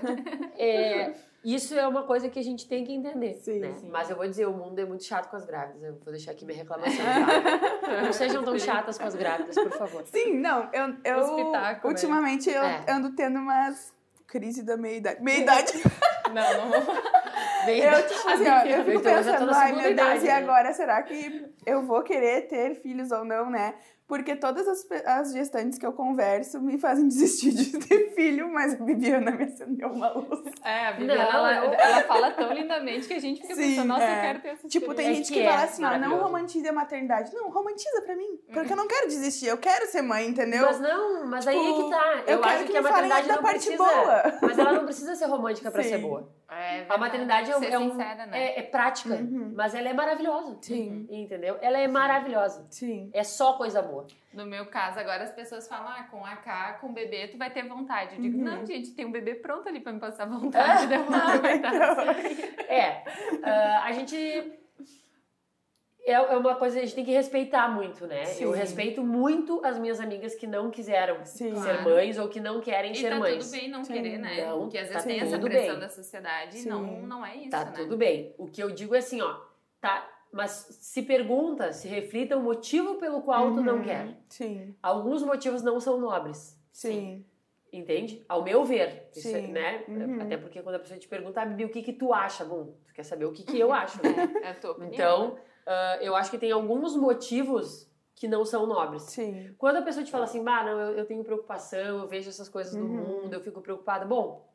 É, isso é uma coisa que a gente tem que entender, sim, né? sim. Mas eu vou dizer, o mundo é muito chato com as grávidas, eu vou deixar aqui minha reclamação, tá? Não sejam tão chatas com as grávidas, por favor. Sim, não, eu, eu Hospitáculo, ultimamente né? eu é. ando tendo umas crise da meia-idade. Meia-idade? Não, não. Eu, tipo assim, ó, eu fico então, pensando, eu ai meu Deus, idade, e né? agora será que eu vou querer ter filhos ou não, né? Porque todas as, as gestantes que eu converso me fazem desistir de ter filho, mas a Bibiana me acendeu uma luz. É, a Bibiana, ela, ela fala tão lindamente que a gente fica Sim, pensando, nossa, é. eu quero ter essa Tipo, tem É gente que que, é fala assim, ó, não maravilhoso. romantize a maternidade. Não, romantiza pra mim, porque eu não quero desistir, eu quero ser mãe, entendeu? Mas não, mas Tipo, aí é que tá. Eu, eu quero acho que que, a me falem maternidade da não parte precisa... boa. Mas ela não precisa ser romântica pra Sim. ser boa. É a maternidade é, ser é, um, sincera, né? é, é prática, Uhum. mas ela é maravilhosa. Sim. Entendeu? Ela é maravilhosa. Sim. É só coisa boa. No meu caso, agora as pessoas falam, ah, com a K, com o bebê, tu vai ter vontade. Eu digo, Uhum. não, gente, tem um bebê pronto ali pra me passar vontade. É, eu vou aproveitar. É, uh, a gente... é uma coisa que a gente tem que respeitar muito, né? Sim. Eu respeito muito as minhas amigas que não quiseram Sim. ser Claro. mães ou que não querem E ser tá mães. tudo bem não Sim. querer, né? Não, Porque às vezes tá tem essa tudo pressão bem. da sociedade e Sim. não, não é isso, Tá né? tudo bem. O que eu digo é assim, ó, tá, mas se pergunta, se reflita o motivo pelo qual tu não Uhum. quer. Sim, Alguns motivos não são nobres, sim, entende? Ao meu ver, isso é, Sim. né? Uhum. Até porque quando a pessoa te pergunta, ah, Bibi, o que que tu acha? Bom, tu quer saber o que que eu acho, né? É a tua opinião. Então, ah, eu acho que tem alguns motivos que não são nobres. sim. Quando a pessoa te fala assim, bah, não, eu, eu tenho preocupação, eu vejo essas coisas no Uhum. mundo, eu fico preocupada. Bom,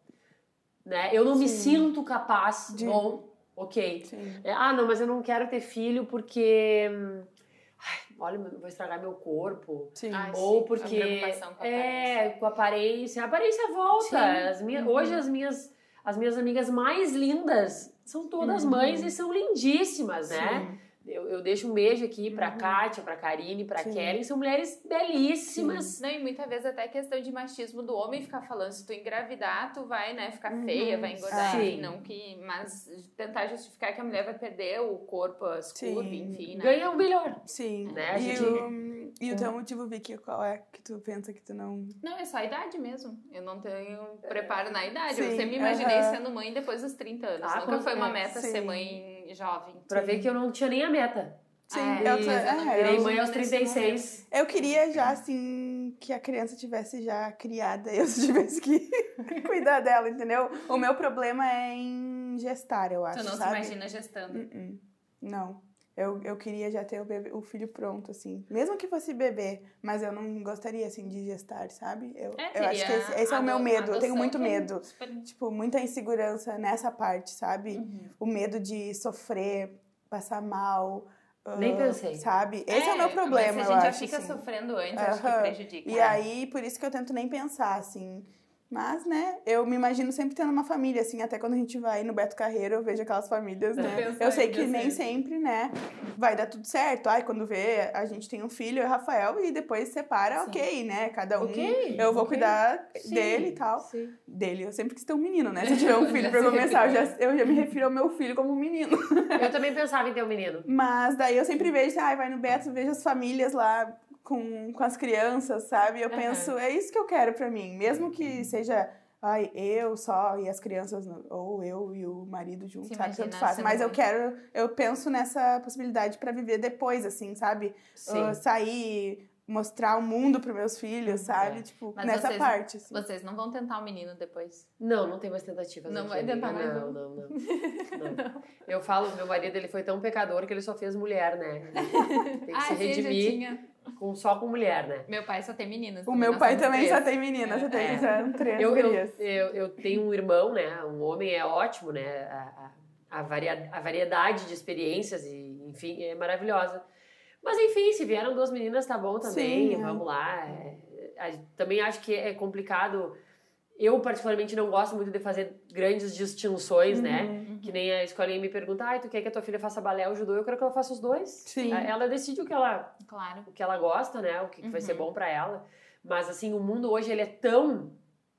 né? Eu não me Sim. sinto capaz. De- Bom, ok. Sim. É, ah, não, mas eu não quero ter filho porque... hum, ai, olha, eu vou estragar meu corpo. Sim. Ai, Ou sim, porque... a preocupação com a é, aparência. com a aparência. A aparência volta. Sim. As minhas, Uhum. Hoje as minhas, as minhas amigas mais lindas são todas Uhum. mães e são lindíssimas, né? Sim. Eu, eu deixo um beijo aqui pra Uhum. Kátia, pra Karine, pra Sim. Kelly. São mulheres belíssimas. Não, e muitas vezes até questão de machismo do homem ficar falando, se tu engravidar, tu vai, né, ficar Uhum. feia, vai engordar, Sim. enfim, não que... Mas tentar justificar que a mulher vai perder o corpo, as Sim. curvas, enfim, né? Ganha o melhor. Sim. Né, a E, gente- o, e o teu motivo, Vicky, qual é que tu pensa que tu não... Não, é só a idade mesmo. Eu não tenho preparo na idade. eu Sim, sempre me imaginei aham. sendo mãe depois dos trinta anos. Ah, Nunca com- foi uma é, meta sim. ser mãe jovem. Pra Sim. ver que eu não tinha nem a meta. Sim, É, eu, mas tô- eu não é, Virei eu, mãe aos nesse trinta e seis. eu queria já, assim, que a criança tivesse já criada e eu tivesse que cuidar dela, entendeu? O meu problema é em gestar, eu acho, Tu não sabe? se imagina gestando. Uh-uh. Não. Eu, eu queria já ter o, bebê, o filho pronto, assim. Mesmo que fosse bebê, mas eu não gostaria, assim, de gestar, sabe? Eu, É, eu acho que esse, esse é o meu ado- medo. Eu tenho adoção muito que é medo. super- Tipo, muita insegurança nessa parte, sabe? Uhum. O medo de sofrer, passar mal. Nem ah, pensei. Sabe? Esse é, o meu problema, mas se eu a gente acho, já fica assim. sofrendo antes, acho que Aham. prejudica. E né? aí, por isso que eu tento nem pensar, assim. Mas, né, eu me imagino sempre tendo uma família, assim, até quando a gente vai no Beto Carreiro, eu vejo aquelas famílias, né? Pensa Eu sei ainda que nem sempre. sempre, né, vai dar tudo certo. Ai, quando vê, a gente tem um filho, é Rafael, e depois separa, Sim. ok, né? Cada um, Ok, eu vou ok. cuidar Sim, dele e tal. sim. Dele, eu sempre quis ter um menino, né? Se eu tiver um filho pra Já se começar, eu já, referiu. eu já me refiro ao meu filho como um menino. Eu também pensava em ter um menino. Mas daí eu sempre vejo, ai, vai no Beto, vejo as famílias lá com, com as crianças, sabe? Eu Aham. penso, é isso que eu quero pra mim. Mesmo que seja, ai, eu só e as crianças, não- ou eu e o marido junto, Se sabe? Tanto imagina faz. sendo Mas eu mãe. quero, eu penso nessa possibilidade pra viver depois, assim, sabe? Sim. Uh, sair, mostrar o mundo pros meus filhos, sabe? É. Tipo, Mas nessa vocês- parte, assim. Vocês não vão tentar o menino depois. Não, não tem mais tentativas. Não aqui, vai tentar amiga. mais não, um? não, não, não. Eu falo, meu marido ele foi tão pecador que ele só fez mulher, né? Tem que Ah, se sim, já redimir tinha. com, só com mulher, né? Meu pai só tem meninas. O meu nós pai somos também três. só tem menina, só tem É. já três Eu, eu, gurias. eu, eu tenho um irmão, né? Um homem é ótimo, né? A, a, a, varia, a variedade de experiências, e, enfim, é maravilhosa. Mas, enfim, se vieram duas meninas, tá bom também. Sim, é. Vamos lá. É, a- também acho que é complicado. Eu, particularmente, não gosto muito de fazer grandes distinções, né? Uhum. Que nem a escolinha me pergunta, ah, tu quer que a tua filha faça balé ou judô? Eu quero que ela faça os dois. Sim. Ela decide o que ela, Claro. o que ela gosta, né? O que, que vai ser Uhum. bom pra ela. Mas, assim, o mundo hoje, ele é tão...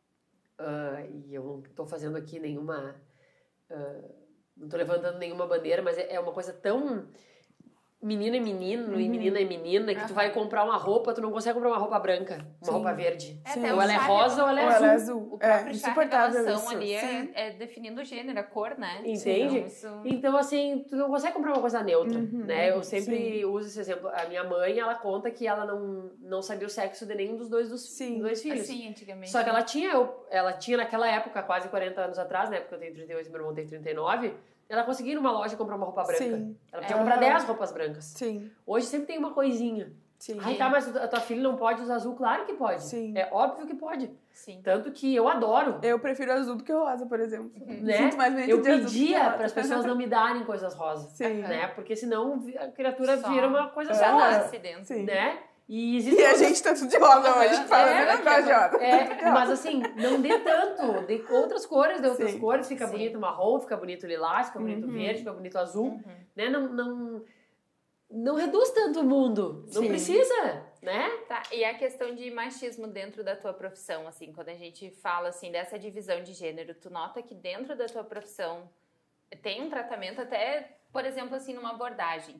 ah, e eu não tô fazendo aqui nenhuma... ah, não tô levantando nenhuma bandeira, mas é, é uma coisa tão... Menino é menino e Uhum. menina é menina, que tu Aham. vai comprar uma roupa, tu não consegue comprar uma roupa branca, uma Sim. roupa verde. É, Sim. até Ou o ela é chá- rosa ou ela é Ou azul. ela é azul. O É próprio chá insuportável revelação isso. ali Sim. é, é definindo o gênero, a cor, né? Entende? Então, isso- Então, assim, tu não consegue comprar uma coisa neutra, Uhum, né? Eu sempre sim. uso esse exemplo. A minha mãe, ela conta que ela não, não sabia o sexo de nenhum dos dois, dos, Sim. dois filhos. Assim, antigamente. Só que ela tinha, eu- ela tinha naquela época, quase quarenta anos atrás, né? Porque eu tenho trinta e oito e meu irmão tem trinta e nove. Ela conseguia ir numa loja comprar uma roupa branca. Sim. Ela podia Aham. comprar dez roupas brancas. Sim. Hoje sempre tem uma coisinha. Sim. Ai, tá, mas a tua filha não pode usar azul? Claro que pode. Sim. É óbvio que pode. Sim. Tanto que eu adoro. Eu prefiro azul do que rosa, por exemplo. Né? Sinto mais bonito Eu de azul do que pedia rosa. para as pessoas não me darem coisas rosas. Sim. Né? Porque senão vi- a criatura Só- vira uma coisa Só só. Aham. nasce dentro. Sim. Né? E E existem a outras- gente tá tudo de rosa hoje. Aham. Fala, É, eu não gosto de rosa. É, mas assim, não dê tanto. Dê outras cores, dê outras Sim. cores. Fica Sim. bonito marrom, fica bonito lilás, fica bonito Uhum. verde, fica bonito azul. Uhum. Né? Não, não, não reduz tanto o mundo. Não Sim. precisa, né? Tá, e a questão de machismo dentro da tua profissão, assim, quando a gente fala, assim, dessa divisão de gênero, tu nota que dentro da tua profissão tem um tratamento até, por exemplo, assim, numa abordagem.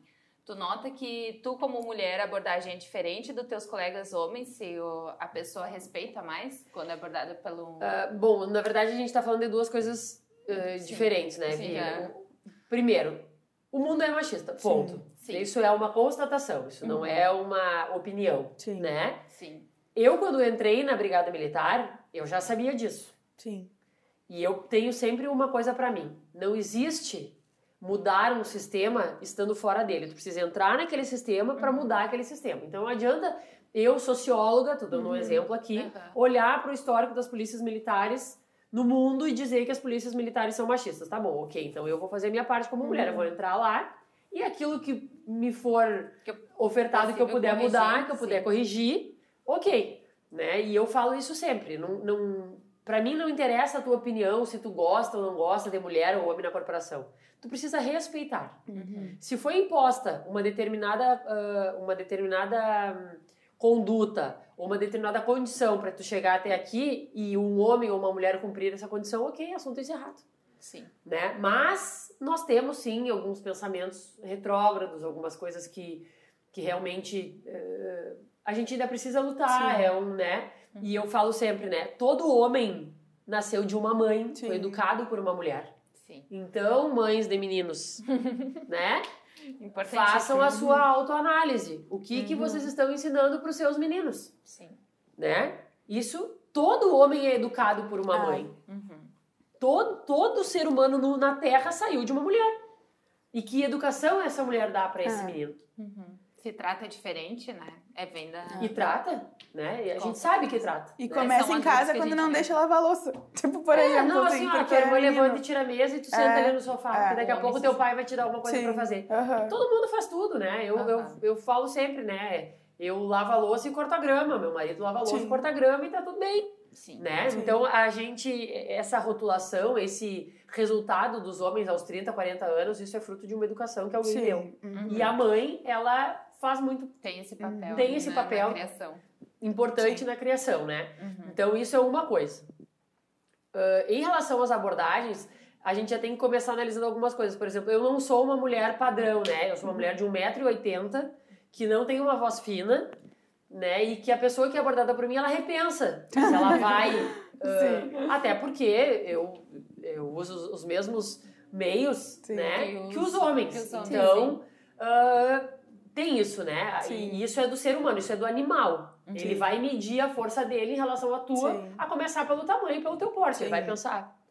Tu nota que tu, como mulher, a abordagem é diferente dos teus colegas homens, se o, a pessoa respeita mais quando é abordada pelo... Uh, bom, na verdade a gente tá falando de duas coisas uh, diferentes, né, Sim, Bia? é. Primeiro, o mundo é machista, ponto. Sim, sim. Isso é uma constatação, isso uhum. não é uma opinião, sim. né? Sim. Eu, quando entrei na Brigada Militar, eu já sabia disso. Sim. E eu tenho sempre uma coisa pra mim. Não existe mudar um sistema estando fora dele. Tu precisa entrar naquele sistema pra mudar aquele sistema. Então, não adianta eu, socióloga, tô dando um exemplo aqui, Uhum. olhar pro histórico das polícias militares no mundo e dizer que as polícias militares são machistas. Tá bom, ok. Então, eu vou fazer a minha parte como mulher. Eu vou entrar lá e aquilo que me for que eu, ofertado, que eu puder corrigir, mudar, que eu puder sim. corrigir, ok. Né? E eu falo isso sempre. Não, não, pra mim não interessa a tua opinião, se tu gosta ou não gosta de mulher ou homem na corporação. Tu precisa respeitar. Uhum. Se foi imposta uma determinada, uh, uma determinada conduta ou uma determinada condição para tu chegar até aqui e um homem ou uma mulher cumprir essa condição, ok, assunto encerrado. Sim. Né? Mas nós temos sim alguns pensamentos retrógrados, algumas coisas que, que realmente uh, a gente ainda precisa lutar, sim. é um, né? Uhum. E eu falo sempre, né? Todo homem nasceu de uma mãe, sim. foi educado por uma mulher. Sim. Então, mães de meninos, né? Façam a sua autoanálise. O que, uhum. que vocês estão ensinando para os seus meninos? Sim. Né? Isso, todo homem é educado por uma ah. mãe. Uhum. Todo, todo ser humano no, na Terra saiu de uma mulher. E que educação essa mulher dá para esse ah. menino? Uhum. Se trata diferente, né? É venda... E trata, né? E a Com gente sabe que trata. E né? começa em casa quando não deixa lavar a louça. Tipo, por é, exemplo, não, assim, assim, ó, porque tua irmã levanta e tira a mesa e tu senta é, ali no sofá. é, porque daqui a pouco teu pai vai te dar alguma coisa sim. pra fazer. Uhum. Todo mundo faz tudo, né? Eu, uhum. eu, eu falo sempre, né? Eu lavo a louça e corto a grama. Meu marido lava a louça sim. e corta a grama e tá tudo bem. Sim. Né? Sim. Então, a gente, essa rotulação, esse resultado dos homens aos trinta, quarenta anos, isso é fruto de uma educação que alguém sim. deu. Uhum. E a mãe, ela faz muito... Tem esse papel. Tem esse né, papel na criação. importante sim. na criação, né? Uhum. Então, isso é uma coisa. Uh, em relação às abordagens, a gente já tem que começar analisando algumas coisas. Por exemplo, eu não sou uma mulher padrão, né? Eu sou uma mulher de um metro e oitenta, que não tem uma voz fina, né? E que a pessoa que é abordada por mim, ela repensa se ela vai... Uh, até porque eu, eu uso os, os mesmos meios, sim. né? Os, que os homens. Que os homens então, uh, tem isso, né? Sim. E isso é do ser humano, isso é do animal. Sim. Ele vai medir a força dele em relação à tua, sim. a começar pelo tamanho, pelo teu porte. Sim. Ele vai pensar,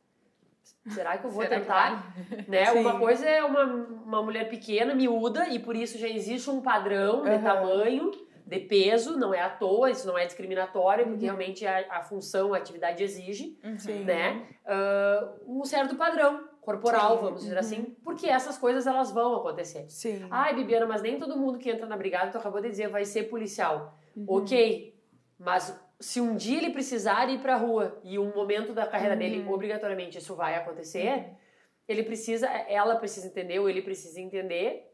será que eu vou será tentar? Né? Uma coisa é uma, uma mulher pequena, miúda, e por isso já existe um padrão de uhum. tamanho, de peso, não é à toa, isso não é discriminatório, porque uhum. realmente a, a função, a atividade exige, uhum. né? Uh, um certo padrão corporal, sim. vamos dizer uhum. assim, porque essas coisas elas vão acontecer. Sim. Ai, Bibiana, mas nem todo mundo que entra na brigada, tu acabou de dizer, vai ser policial. Uhum. Ok, mas se um dia ele precisar ir pra rua e um momento da carreira uhum. dele, obrigatoriamente, isso vai acontecer, uhum. ele precisa, ela precisa entender, ou ele precisa entender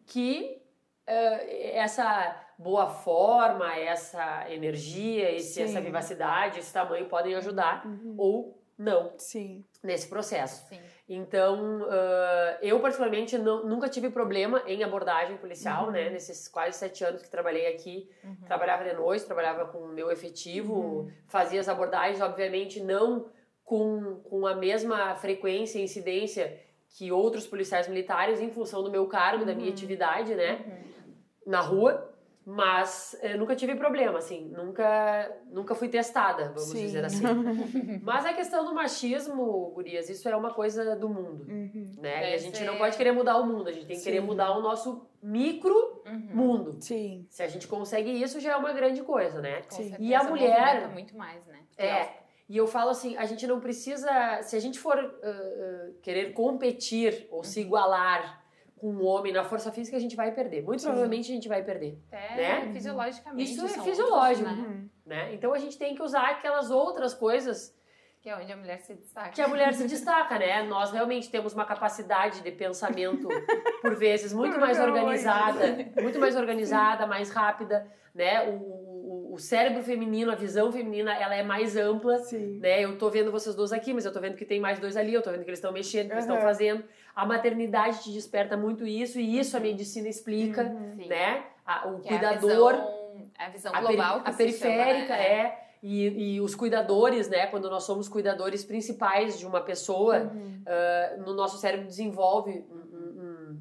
que uh, essa boa forma, essa energia, esse, essa vivacidade, esse tamanho podem ajudar uhum. ou não Sim. nesse processo. Sim. Então, uh, eu particularmente não, nunca tive problema em abordagem policial, uhum. né? Nesses quase sete anos que trabalhei aqui, uhum. trabalhava de noite, trabalhava com o meu efetivo, uhum. fazia as abordagens, obviamente não com, com a mesma frequência e incidência que outros policiais militares, em função do meu cargo, uhum. da minha atividade, né? Uhum. Na rua. Mas eu nunca tive problema, assim, nunca, nunca fui testada, vamos Sim. dizer assim. Mas a questão do machismo, gurias, isso é uma coisa do mundo, uhum. né? E a gente ser... não pode querer mudar o mundo, a gente tem que Sim. querer mudar o nosso micro uhum. mundo. Sim. Se a gente consegue isso, já é uma grande coisa, né? Sim. E a mulher... muito mais, né? É, e eu falo assim, a gente não precisa... Se a gente for uh, uh, querer competir ou uhum. se igualar com um homem na força física, a gente vai perder. Muito Sim. provavelmente a gente vai perder. É, né? fisiologicamente. Isso é fisiológico. Outros, né? né? Então a gente tem que usar aquelas outras coisas... Que é onde a mulher se destaca. Que a mulher se destaca, né? Nós realmente temos uma capacidade de pensamento, por vezes, muito mais organizada, muito mais organizada, mais rápida, né? O, o, o cérebro feminino, a visão feminina, ela é mais ampla, Sim. né? Eu tô vendo vocês dois aqui, mas eu tô vendo que tem mais dois ali, eu tô vendo que eles estão mexendo, que eles estão Uhum. fazendo. A maternidade te desperta muito isso, e isso a medicina explica, Sim. né? A, o Que cuidador, é a visão, a visão a, global, peri- que a se periférica, chama, né? é, e, e os cuidadores, né? Quando nós somos cuidadores principais de uma pessoa, Uhum. uh, no nosso cérebro desenvolve um, um,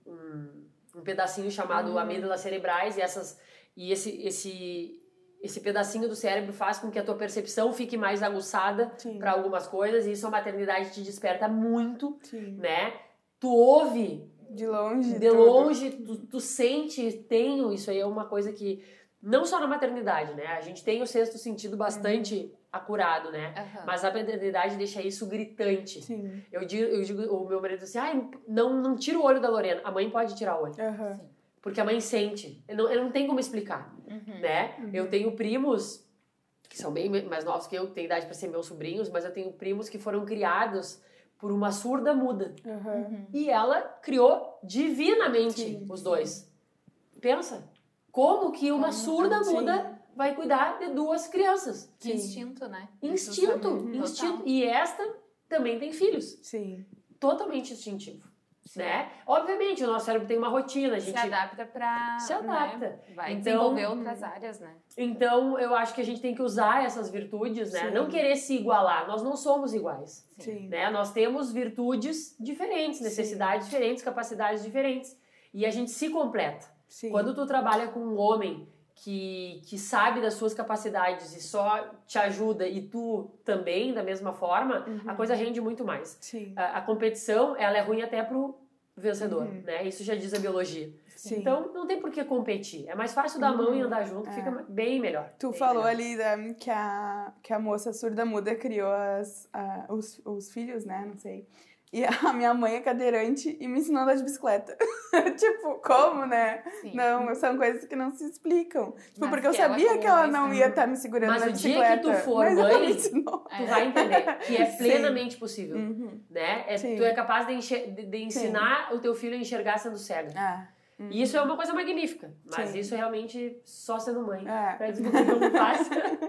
um, um pedacinho chamado Uhum. amígdalas cerebrais, e, essas, e esse, esse, esse pedacinho do cérebro faz com que a tua percepção fique mais aguçada Sim. para algumas coisas, e isso a maternidade te desperta muito, Sim. né? Tu ouve De longe. de tudo. longe, tu, tu sente, tem, isso aí é uma coisa que, não só na maternidade, né? A gente tem o sexto sentido bastante Uhum. acurado, né? Aham. Mas a maternidade deixa isso gritante. Sim. Eu digo, eu digo, o meu marido diz assim, ai, não, não tira o olho da Lorena. A mãe pode tirar o olho, Aham. porque a mãe sente. Eu não, eu não tenho como explicar, Uhum. né? Uhum. Eu tenho primos que são bem mais novos que eu, que têm idade para ser meus sobrinhos, mas eu tenho primos que foram criados por uma surda muda. Aham. Uhum. E ela criou divinamente Sim. os dois. Pensa, como que uma Como? surda Sim. muda vai cuidar de duas crianças? Que Sim. instinto, né? Instinto, Total. instinto. E esta também tem filhos. Sim. Totalmente instintivo, Sim. né? Obviamente, o nosso cérebro tem uma rotina, a Se gente... adapta pra... Se adapta. né? Vai Então- desenvolver outras áreas, né? Então, eu acho que a gente tem que usar essas virtudes, né? Sim. Não querer se igualar. Nós não somos iguais. Sim. Né? Nós temos virtudes diferentes, necessidades diferentes, capacidades diferentes. E a gente se completa. Sim. Quando tu trabalha com um homem que, que sabe das suas capacidades e só te ajuda, e tu também, da mesma forma, Uhum. a coisa rende muito mais. Sim. A, a competição, ela é ruim até pro vencedor, Uhum. né? Isso já diz a biologia. Sim. Então, não tem por que competir. É mais fácil dar a mão e andar junto, que É. fica bem melhor. Tu Bem falou melhor. ali da- que, a, que a moça surda-muda criou as, a- os, os filhos, né? Não sei. E a minha mãe é cadeirante e me ensinou a andar de bicicleta. Tipo, como, né? Sim. Não, são coisas que não se explicam. Tipo, Mas porque eu que ela, sabia como que ela mãe, não sim. ia estar me segurando Mas na o dia bicicleta. que tu for mas ela mãe, me ensinou. Tu É. vai entender que é Sim. plenamente possível, Uhum. né? É, Sim. tu é capaz de, enxer- de- de ensinar o teu filho a enxergar sendo cego. Ah. Uhum. E isso é uma coisa magnífica, mas Sim. isso realmente só sendo mãe. É. Pra descobrir como faz.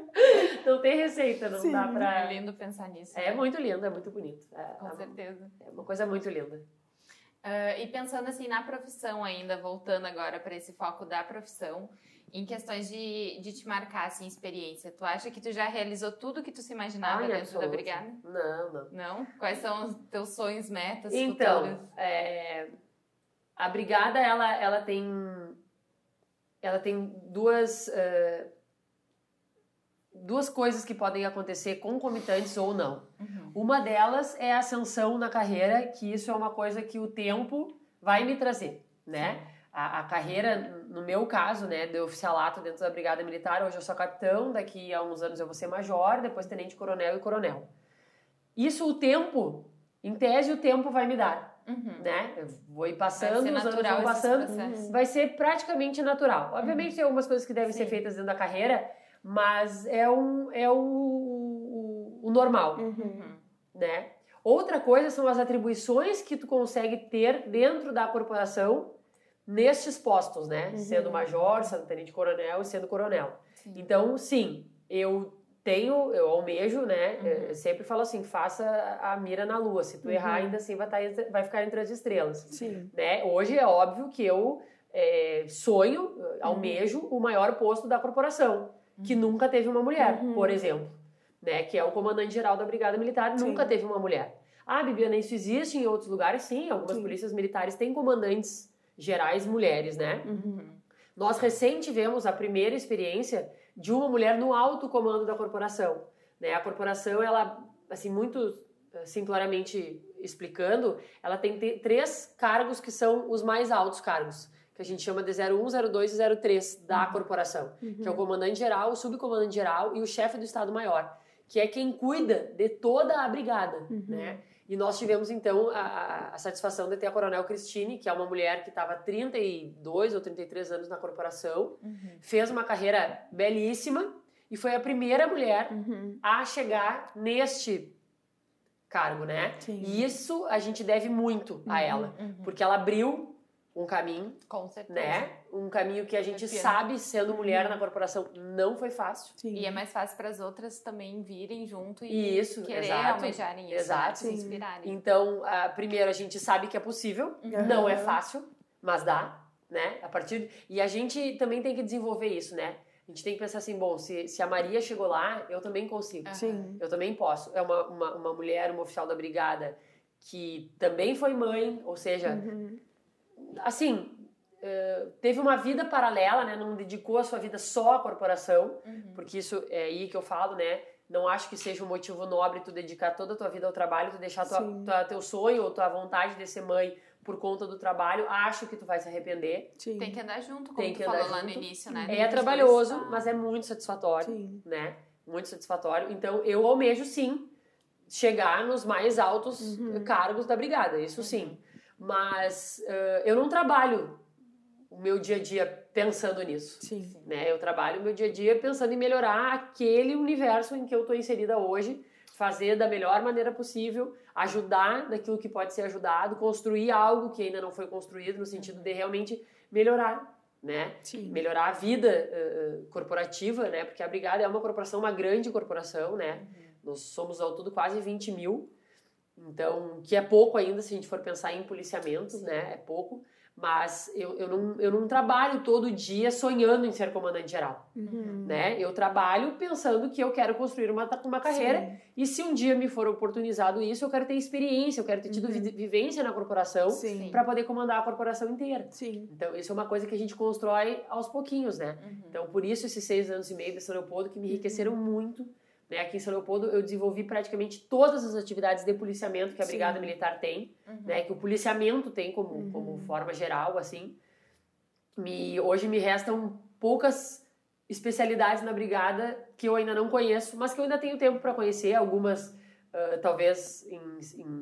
Não tem receita, não Sim. dá pra... É lindo pensar nisso. É né? muito lindo, é muito bonito. É, Com é- certeza. é uma coisa muito linda. Ah, e pensando assim na profissão ainda, voltando agora para esse foco da profissão, em questões de, de te marcar assim, experiência, tu acha que tu já realizou tudo que tu se imaginava Ai, dentro absoluto. da brigada? Não, não. Não? Quais são os teus sonhos, metas Então, futuras? é, a brigada, ela, ela tem ela tem duas é, duas coisas que podem acontecer concomitantes ou não. Uhum. Uma delas é a ascensão na carreira, que isso é uma coisa que o tempo vai me trazer, né? A, a carreira, no meu caso, né, de oficialato dentro da Brigada Militar, hoje eu sou capitão, daqui a uns anos eu vou ser major, depois tenente-coronel e coronel. Isso o tempo, em tese o tempo vai me dar, Uhum. né? Eu vou ir Vai passando, ser os anos natural vão esses passando, processos. vai ser praticamente natural. Obviamente tem algumas coisas que devem ser Sim. feitas dentro da carreira, mas é, um, é o, o, o normal, Uhum. Uhum. né? Outra coisa são as atribuições que tu consegue ter dentro da corporação nestes postos, né? Uhum. Sendo major, sendo tenente-coronel e sendo coronel. Sim. Então, sim, eu tenho, eu almejo, né? Uhum. Eu sempre falo assim, faça a mira na lua. Se tu errar, Uhum. ainda assim vai, tá entre- vai ficar entre as estrelas, Sim. né? Hoje é óbvio que eu é, sonho, almejo o maior posto da corporação, que nunca teve uma mulher, Uhum. por exemplo, né? Que é o comandante-geral da Brigada Militar, Sim. nunca teve uma mulher. Ah, Bibiana, isso existe em outros lugares? Sim, algumas Sim. polícias militares têm comandantes gerais mulheres, né? Uhum. Nós recém tivemos a primeira experiência de uma mulher no alto comando da corporação, né? A corporação, ela, assim, muito eh, simploramente explicando, ela tem te- três cargos que são os mais altos cargos, que a gente chama de zero um, zero dois e zero três da corporação, que é o comandante-geral, o subcomandante-geral e o chefe do Estado-Maior, que é quem cuida de toda a brigada, né? E nós tivemos, então, a, a satisfação de ter a Coronel Cristine, que é uma mulher que estava há trinta e dois ou trinta e três anos na corporação, Uhum. fez uma carreira belíssima e foi a primeira mulher Uhum. a chegar neste cargo, né? Sim. E isso a gente deve muito a ela, Uhum. porque ela abriu um caminho, Com certeza. né? Um caminho que a gente Confia. sabe, sendo mulher na corporação, não foi fácil. Sim. E é mais fácil para as outras também virem junto e E isso, querer exato. almejarem isso, Exato. né? Se Sim. inspirarem. Então, a, primeiro, a gente sabe que é possível, Uhum. não é fácil, mas dá, né? A partir de... E a gente também tem que desenvolver isso, né? A gente tem que pensar assim, bom, se, se a Maria chegou lá, eu também consigo. Sim. Eu também posso. É uma, uma, uma mulher, uma oficial da brigada, que também foi mãe, ou seja, Uhum. assim, uh, teve uma vida paralela, né? Não dedicou a sua vida só à corporação, Uhum. porque isso é aí que eu falo, né? Não acho que seja um motivo nobre tu dedicar toda a tua vida ao trabalho, tu deixar tua, Sim. tua, teu sonho ou tua vontade de ser mãe por conta do trabalho. Acho que tu vai se arrepender. Sim. Tem que andar junto, como Tem tu que falou andar lá no junto. início, né? É Os trabalhoso, dois, tá? mas é muito satisfatório, Sim. né? Muito satisfatório. Então, eu almejo, sim, chegar nos mais altos Uhum. cargos da brigada, isso sim. Mas uh, eu não trabalho o meu dia a dia pensando nisso. Sim. Né? Eu trabalho o meu dia a dia pensando em melhorar aquele universo em que eu estou inserida hoje, fazer da melhor maneira possível, ajudar naquilo que pode ser ajudado, construir algo que ainda não foi construído, no sentido de realmente melhorar, né? Sim. Melhorar a vida uh, corporativa, né? Porque a Brigada é uma corporação, uma grande corporação, né? Uhum. Nós somos ao todo quase vinte mil, então, que é pouco ainda se a gente for pensar em policiamentos, né? É pouco. Mas eu, eu, não, eu não trabalho todo dia sonhando em ser comandante geral, Uhum. né? Eu trabalho pensando que eu quero construir uma, uma carreira. Sim. E se um dia me for oportunizado isso, eu quero ter experiência, eu quero ter tido Uhum. vi- vivência na corporação Sim. para poder comandar a corporação inteira. Sim. Então, isso é uma coisa que a gente constrói aos pouquinhos, né? Uhum. Então, por isso, esses seis anos e meio de São Leopoldo que me enriqueceram muito. Né? Aqui em São Leopoldo, eu desenvolvi praticamente todas as atividades de policiamento que a Sim. Brigada Militar tem, Uhum. né? Que o policiamento tem como, Uhum. como forma geral, assim. Me, hoje me restam poucas especialidades na Brigada que eu ainda não conheço, mas que eu ainda tenho tempo para conhecer. Algumas, uh, talvez, em,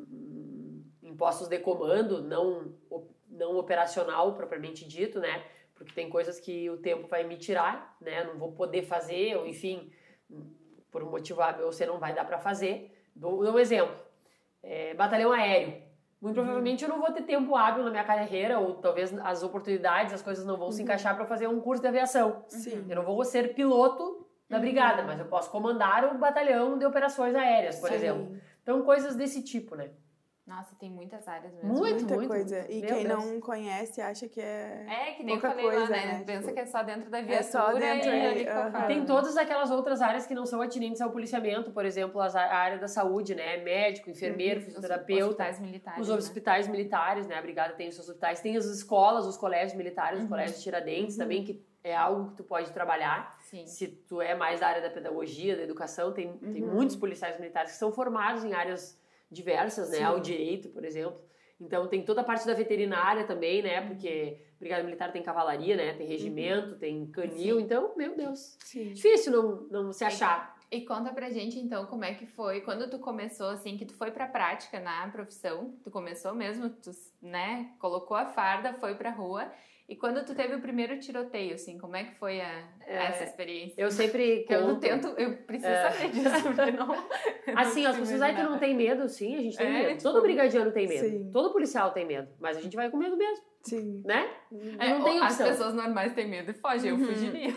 em, em postos de comando, não, não operacional, propriamente dito, né? Porque tem coisas que o tempo vai me tirar, né? Não vou poder fazer, ou enfim, por um motivo A, B ou C não vai dar para fazer. Dou, dou um exemplo. É, batalhão aéreo. Muito provavelmente eu não vou ter tempo hábil na minha carreira, ou talvez as oportunidades, as coisas não vão se encaixar para fazer um curso de aviação. Sim. Eu não vou ser piloto da brigada, mas eu posso comandar o batalhão de operações aéreas, por Sim. exemplo. Então, coisas desse tipo, né? Nossa, tem muitas áreas mesmo. Muito, Muita muito. coisa. E Meu quem Deus. não conhece acha que é. É, que nem Pouca eu falei lá, coisa, né? né? Pensa Tipo, que é só dentro da é viatura só dentro e aí, ali aham. fora. Tem todas aquelas outras áreas que não são atinentes ao policiamento, por exemplo, as- a área da saúde, né? Médico, enfermeiro, Os fisioterapeuta. hospitais militares, Os né? hospitais militares, né? A Brigada tem os seus hospitais, tem as escolas, os colégios militares, os Uhum. colégios Tiradentes Uhum. também, que é algo que tu pode trabalhar. Sim. Se tu é mais da área da pedagogia, da educação, tem, tem Uhum. muitos policiais militares que são formados em áreas diversas, né? Sim. Ao direito, por exemplo. Então, tem toda a parte da veterinária também, né? Porque Brigada Militar tem cavalaria, né? Tem regimento, tem canil. Sim. Então, meu Deus. Sim. Difícil não, não se achar. E conta pra gente, então, como é que foi, quando tu começou, assim, que tu foi pra prática na profissão, tu começou mesmo, tu, né, colocou a farda, foi pra rua, e quando tu teve o primeiro tiroteio, assim, como é que foi a, É, essa experiência? Eu sempre Porque eu não conto. tento, eu preciso É. saber disso, porque não... eu Assim, não as consigo pessoas, ai, tu imaginar. não tem medo? Sim, a gente tem É, medo. tipo, Todo brigadiano tem medo. sim. Todo policial tem medo. Mas a gente vai com medo mesmo, Sim. né? É, não tem as opção. pessoas normais têm medo e fogem, eu Uhum. fugiria.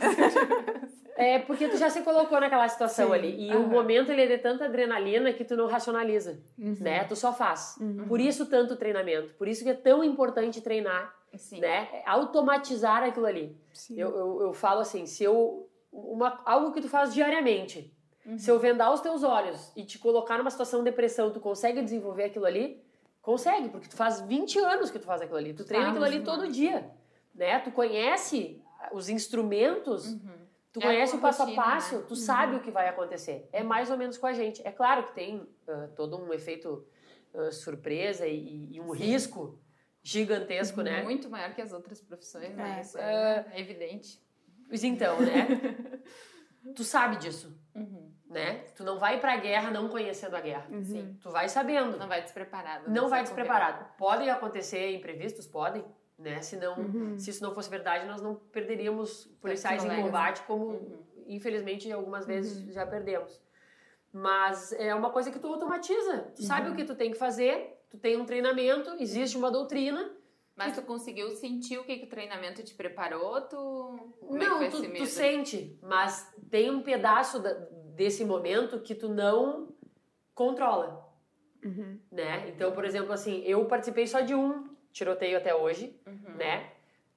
É porque tu já se colocou naquela situação Sim. ali. E Aham. o momento, ele é de tanta adrenalina que tu não racionaliza, Uhum. né? Tu só faz. Uhum. Por isso, tanto treinamento. Por isso que é tão importante treinar, Sim. né? É automatizar aquilo ali. Sim. Eu, eu, eu falo assim, se eu... Uma, algo que tu faz diariamente. Uhum. Se eu vendar os teus olhos e te colocar numa situação de depressão, tu consegue desenvolver aquilo ali? Consegue, porque tu faz vinte anos que tu faz aquilo ali. Tu treina aquilo ali Anos, todo nossa. dia, né? Tu conhece os instrumentos, Uhum. tu É a conhece tua o passo rotina, a passo, né? tu sabe o que vai acontecer. É mais ou menos com a gente. É claro que tem uh, todo um efeito uh, surpresa e, e um Sim. risco gigantesco, né? Muito maior que as outras profissões, né? É. Isso é, é evidente. Pois então, né? Tu sabe disso, Uhum. né? Tu não vai pra guerra não conhecendo a guerra. Uhum. Sim. Tu vai sabendo. Não vai despreparado. Não vai sabe despreparado. Podem acontecer imprevistos? Podem, né? Se, não, Uhum. se isso não fosse verdade, nós não perderíamos policiais em colegas. combate, como Uhum. infelizmente algumas vezes Uhum. já perdemos. Mas é uma coisa que tu automatiza. Tu sabe Uhum. o que tu tem que fazer, tu tem um treinamento, existe uma doutrina, Mas tu conseguiu sentir o que, que o treinamento te preparou? Tu... Como não, é que foi tu, esse tu medo? sente, mas tem um pedaço da, desse momento que tu não controla, Uhum. né? Então, por exemplo, assim, eu participei só de um tiroteio até hoje, Uhum. né?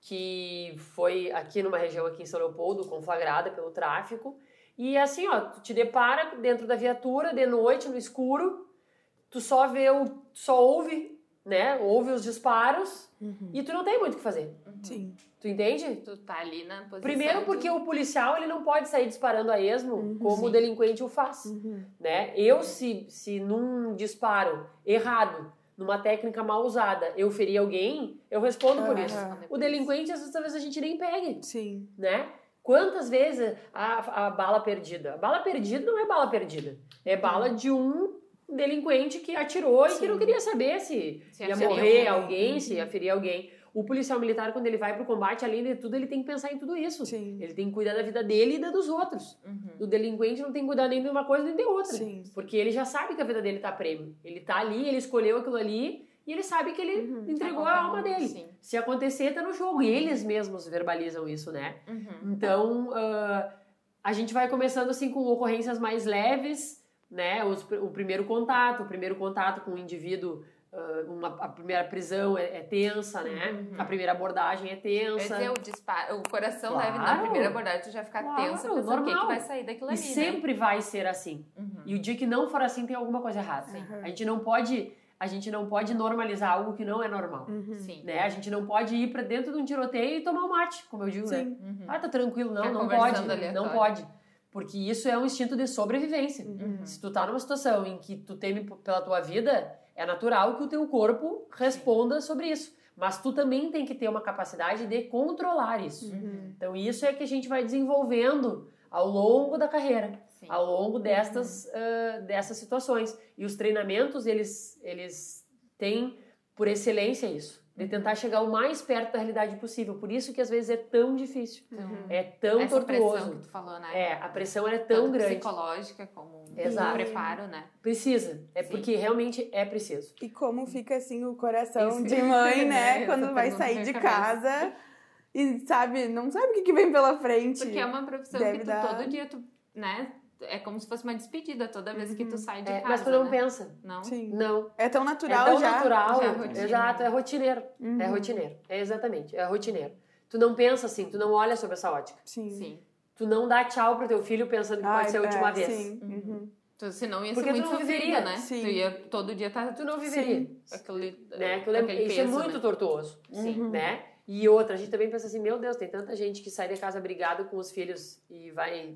Que foi aqui numa região aqui em São Leopoldo, conflagrada pelo tráfico. E assim, ó, tu te depara dentro da viatura, de noite, no escuro, tu só vê, o, só ouve, né? Ouve os disparos Uhum. e tu não tem muito o que fazer. Sim. Tu entende? Tu tá ali na posição... Primeiro porque tu... o policial, ele não pode sair disparando a esmo Uhum. como Sim. o delinquente o faz, Uhum. né? Eu, se, se num disparo errado, numa técnica mal usada, eu ferir alguém, eu respondo por Aham. isso. O delinquente, às vezes, talvez a gente nem pegue, Sim. né? Quantas vezes a, a bala perdida? A bala perdida não é bala perdida. É bala de um delinquente que atirou Sim. e que não queria saber se, Se ia ia ferir morrer alguém. alguém, se ia ferir alguém. O policial militar, quando ele vai pro combate, além de tudo, ele tem que pensar em tudo isso. Sim. Ele tem que cuidar da vida dele e da dos outros. Uhum. O delinquente não tem que cuidar nem de uma coisa nem de outra. Sim. Porque ele já sabe que a vida dele tá a prêmio. Ele tá ali, ele escolheu aquilo ali e ele sabe que ele Uhum. entregou Tá a bom, alma dele. sim. Se acontecer, tá no jogo. E eles mesmos verbalizam isso, né? Uhum. Então, ah, a gente vai começando assim com ocorrências mais leves, né? Os, o primeiro contato, o primeiro contato com o indivíduo, ah, uma, a primeira prisão é, é tensa, né? Uhum. A primeira abordagem é Quer tensa. dizer, o, disparo, o coração Claro. leve na primeira abordagem, tu já fica Claro, tensa pensando o que, normal. que vai sair daquilo E ali, sempre vai ser assim. né? Uhum. E o dia que não for assim, tem alguma coisa errada. Sim. A gente não pode, a gente não pode normalizar algo que não é normal. Uhum. Sim. Né? A gente não pode ir pra dentro de um tiroteio e tomar um mate, como eu digo, né? Sim. Uhum. Ah, tá tranquilo. Não, Ficar não conversando pode. aleatório. Não pode. Porque isso é um instinto de sobrevivência. Uhum. Se tu tá numa situação em que tu teme p- pela tua vida, é natural que o teu corpo responda sobre isso. Mas tu também tem que ter uma capacidade de controlar isso. Uhum. Então isso é que a gente vai desenvolvendo ao longo da carreira, Sim. ao longo destas, ah, dessas situações. E os treinamentos, eles, eles têm por excelência isso. De tentar chegar o mais perto da realidade possível. Por isso que às vezes é tão difícil. Então, É tão essa pressão tortuoso. que tu falou, né? É, a pressão ela é tão Tanto grande. psicológica como Exato. o preparo, né? Precisa. É Sim. porque realmente é preciso. E como fica assim o coração Isso. de mãe, né? Essa Quando vai pergunta sair na de cabeça. casa e sabe, não sabe o que, que vem pela frente. Porque é uma profissão Deve que tu, dar- todo dia tu, né? É como se fosse uma despedida toda vez que tu sai de É, casa, mas tu não né? pensa. Não? Sim. Não. É tão É natural tão já. natural. já é rotina. Exato, é rotineiro. Uhum. É rotineiro. É exatamente, é rotineiro. Tu não pensa assim, tu não olha sobre essa ótica. Sim. Sim. Tu não dá tchau pro teu filho pensando que Ai, pode ser a última é, vez. Sim. Uhum. Tu, senão ia Porque ser tu muito não sofrido, viveria. né? Sim. Tu ia todo dia estar... Tu não viveria. Sim. Aquele, Né? Aquilo é- aquele isso peso, é muito né? tortuoso. Sim. Né? E outra, a gente também pensa assim, meu Deus, tem tanta gente que sai de casa brigado com os filhos e vai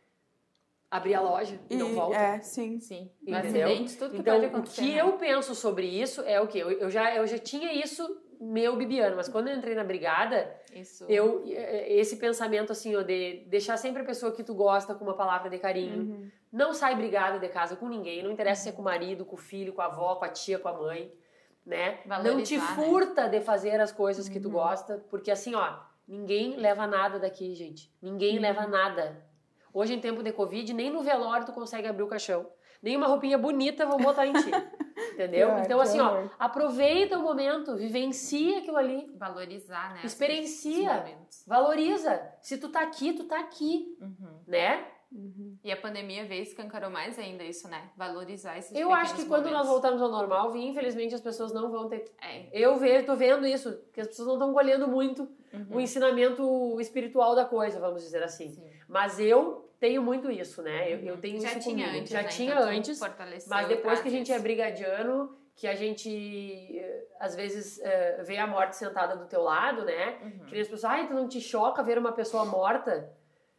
abrir a loja e, E, não volta. É, sim. Sim. Entendeu? Acidentes, tudo que Então, pode o acontecer. que né? eu penso sobre isso é o quê? Eu, eu, já, eu já tinha isso meu bibiano, mas quando eu entrei na brigada, Isso. eu, esse pensamento assim, ó, de deixar sempre a pessoa que tu gosta com uma palavra de carinho, Uhum. não sai brigada de casa com ninguém, não interessa se é com o marido, com o filho, com a avó, com a tia, com a mãe, né? Não te Valorizar, né? furta de fazer as coisas que tu Uhum. gosta, porque assim, ó, ninguém leva nada daqui, gente. Ninguém Uhum. leva nada. Hoje, em tempo de Covid, nem no velório tu consegue abrir o caixão. Nem uma roupinha bonita vão botar em ti. Entendeu? Pior, Então, que assim, ó, horror. aproveita o momento, vivencia aquilo ali, Valorizar, né? Experiencia. os momentos. valoriza. Se tu tá aqui, tu tá aqui, Uhum. né? Uhum. E a pandemia veio e escancarou mais ainda isso, né? Valorizar esses Eu pequenos acho que quando nós momentos. voltarmos ao normal, vi, infelizmente as pessoas não vão ter. É. Eu vejo, tô vendo isso, que as pessoas não estão colhendo muito Uhum. o ensinamento espiritual da coisa, vamos dizer assim. Sim. Mas eu tenho muito isso, né? Eu, eu tenho Já isso tinha comigo. antes, Já né? tinha Então, tu antes, fortaleceu mas e depois traz que a gente isso. é brigadiano, que a gente eh, às vezes eh, vê a morte sentada do teu lado, né? Uhum. Que nem as pessoas, ai, tu não te choca ver uma pessoa morta?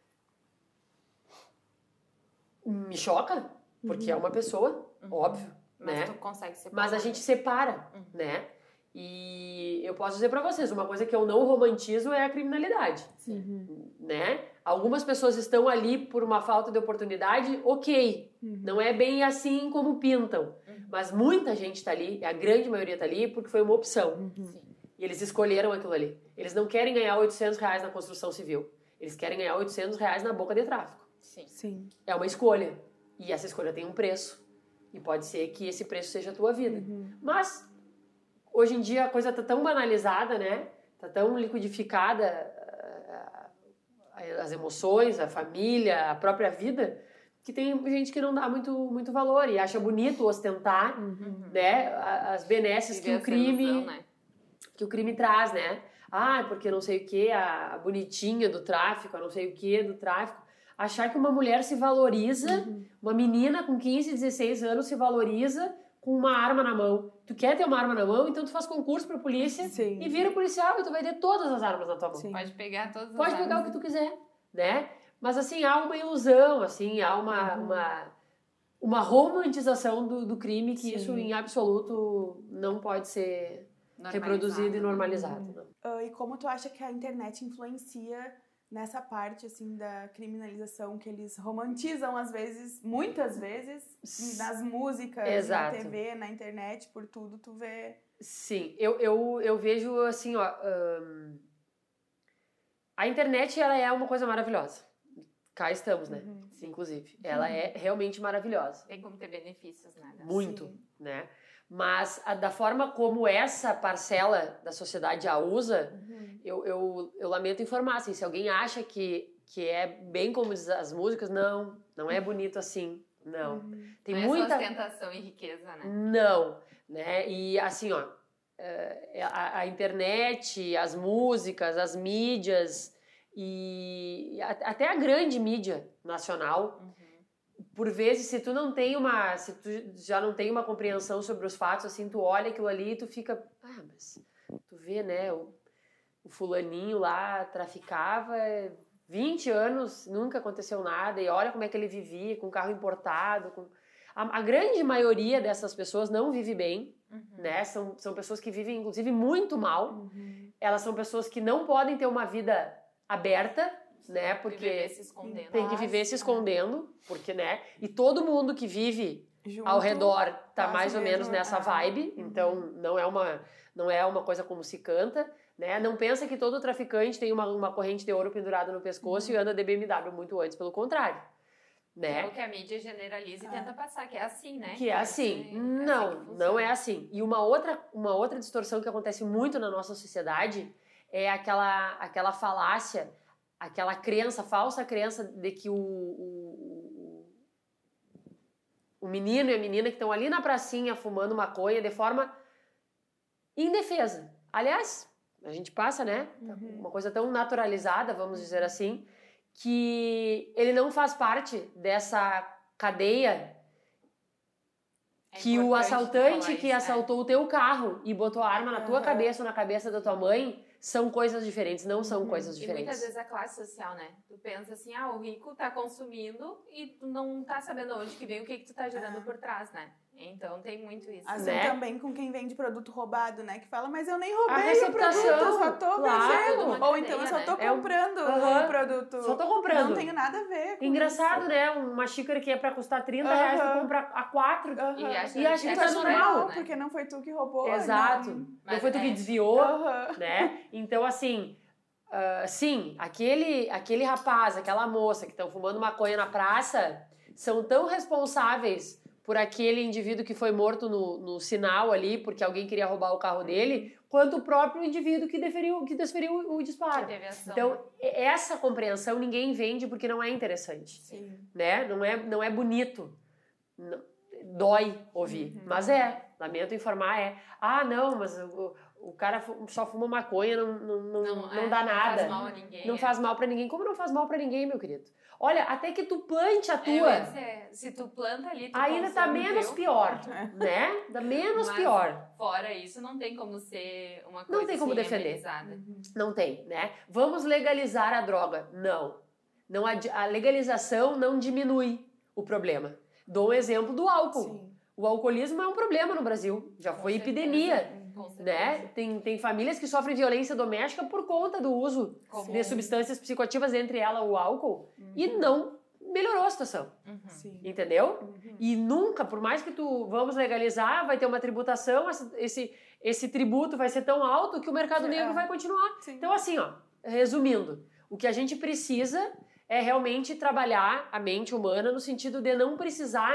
Me choca, porque é uma pessoa, óbvio, Mas né? tu consegue separar. Mas a gente separa, Uhum. né? E eu posso dizer pra vocês, uma coisa que eu não romantizo é a criminalidade, Uhum. né? Algumas pessoas estão ali por uma falta de oportunidade, ok. Uhum. Não é bem assim como pintam. Uhum. Mas muita gente tá ali, a grande maioria tá ali, porque foi uma opção. Uhum. Sim. E eles escolheram aquilo ali. Eles não querem ganhar oitocentos reais na construção civil. Eles querem ganhar oitocentos reais na boca de tráfico. Sim. Sim. É uma escolha. E essa escolha tem um preço. E pode ser que esse preço seja a tua vida. Uhum. Mas hoje em dia a coisa tá tão banalizada, né? Tá tão liquidificada as emoções, a família, a própria vida, que tem gente que não dá muito, muito valor e acha bonito ostentar, uhum. né? As benesses que o crime ilusão, né? que o crime traz, né? Ah, porque não sei o que, a bonitinha do tráfico, a não sei o que do tráfico. Achar que uma mulher se valoriza, uhum. uma menina com quinze, dezesseis anos se valoriza com uma arma na mão. Tu quer ter uma arma na mão, então tu faz concurso pra polícia Sim. e vira policial e tu vai ter todas as armas na tua mão. Sim. Pode pegar todas as Pode armas. pegar o que tu quiser, né? Mas assim, há uma ilusão, assim, há uma, uhum. uma, uma romantização do, do crime que Sim. isso em absoluto não pode ser reproduzido e normalizado. Uhum. Uh, e como tu acha que a internet influencia nessa parte, assim, da criminalização que eles romantizam, às vezes, muitas vezes, nas músicas, Exato. na T V, na internet, por tudo, tu vê... Sim, eu, eu, eu vejo, assim, ó... Um, a internet, ela é uma coisa maravilhosa. Cá estamos, né? Uhum. Sim, inclusive. Ela uhum. é realmente maravilhosa. Tem como ter benefícios, né? Muito, Sim. né? Mas a, da forma como essa parcela da sociedade a usa, uhum. eu, eu, eu lamento informar, assim, se alguém acha que, que é bem como diz as músicas, não, não é bonito assim, não. Uhum. Tem não muita... é só ostentação e riqueza, né? Não, né? E assim, ó, a, a internet, as músicas, as mídias e até a grande mídia nacional... Uhum. Por vezes, se tu não tem uma... Se tu já não tem uma compreensão sobre os fatos, assim, tu olha aquilo ali e tu fica... Ah, mas tu vê, né? O, o fulaninho lá traficava vinte anos, nunca aconteceu nada. E olha como é que ele vivia, com carro importado. Com... A, a grande maioria dessas pessoas não vive bem, uhum. né? São, são pessoas que vivem, inclusive, muito mal. Uhum. Elas são pessoas que não podem ter uma vida aberta, né? Porque viver se escondendo. tem que viver se escondendo, porque, né? E todo mundo que vive Junto, ao redor tá mais ou mesmo, menos nessa vibe, uhum. então não é uma não é uma coisa como se canta, né? Não pensa que todo traficante tem uma, uma corrente de ouro pendurada no pescoço uhum. e anda de B M W muito antes, pelo contrário, né? É o que a mídia generaliza e ah. tenta passar, que é assim, né? Que é assim. É, não, é assim não é assim. E uma outra, uma outra distorção que acontece muito na nossa sociedade é aquela, aquela falácia, aquela crença, falsa crença de que o, o, o menino e a menina que estão ali na pracinha fumando maconha de forma indefesa. Aliás, a gente passa, né? Uhum. Uma coisa tão naturalizada, vamos dizer assim, que ele não faz parte dessa cadeia é que o assaltante que isso, assaltou é. o teu carro e botou a arma na tua uhum. cabeça ou na cabeça da tua mãe são coisas diferentes, não são uhum. coisas diferentes. E muitas vezes a classe social, né? Tu pensa assim, ah, o rico tá consumindo e tu não tá sabendo onde que vem, o que que tu tá gerando por trás, né? Então tem muito isso. Assim né? também com quem vende produto roubado, né? Que fala, mas eu nem roubei o produto, eu só tô claro, vendendo. Ou então eu só tô né? comprando o um, produto. Só tô comprando. Não tenho nada a ver com Engraçado, isso. né? Uma xícara que é pra custar trinta uh-huh. reais, tu compra a quatro. Uh-huh. E acha, e acha que tá normal. Né? Porque não foi tu que roubou. Exato. Não, não foi tu que desviou, uh-huh. né? Então, assim... Uh, sim, aquele, aquele rapaz, aquela moça que estão fumando maconha na praça são tão responsáveis por aquele indivíduo que foi morto no, no sinal ali porque alguém queria roubar o carro dele, quanto o próprio indivíduo que desferiu, que desferiu o disparo. Então, essa compreensão ninguém vende porque não é interessante. Sim. Né? Não é, não é bonito. Não, dói ouvir. Uhum. Mas é. Lamento informar, é. Ah, não, mas... O, O cara só fuma maconha, não, não, não, não, não é, dá nada. Não faz mal a ninguém. Não é. faz mal pra ninguém. Como não faz mal pra ninguém, meu querido? Olha, até que tu plante a tua... É, dizer, se tu planta ali, tu ainda tá menos teu. pior, né? Dá menos Mas, pior. Fora isso, não tem como ser uma coisa Não tem como assim, defender. Uhum. Não tem, né? Vamos legalizar a droga. Não. não a, a legalização não diminui o problema. Dou um exemplo do álcool. Sim. O alcoolismo é um problema no Brasil. Já foi certeza. epidemia. Né? Tem, tem famílias que sofrem violência doméstica por conta do uso Como? de substâncias psicoativas, entre elas o álcool, uhum. e não melhorou a situação. Uhum. Entendeu? Uhum. E nunca, por mais que tu vamos legalizar, vai ter uma tributação, esse, esse tributo vai ser tão alto que o mercado negro é. vai continuar. Sim. Então, assim, ó, resumindo, o que a gente precisa é realmente trabalhar a mente humana no sentido de não precisar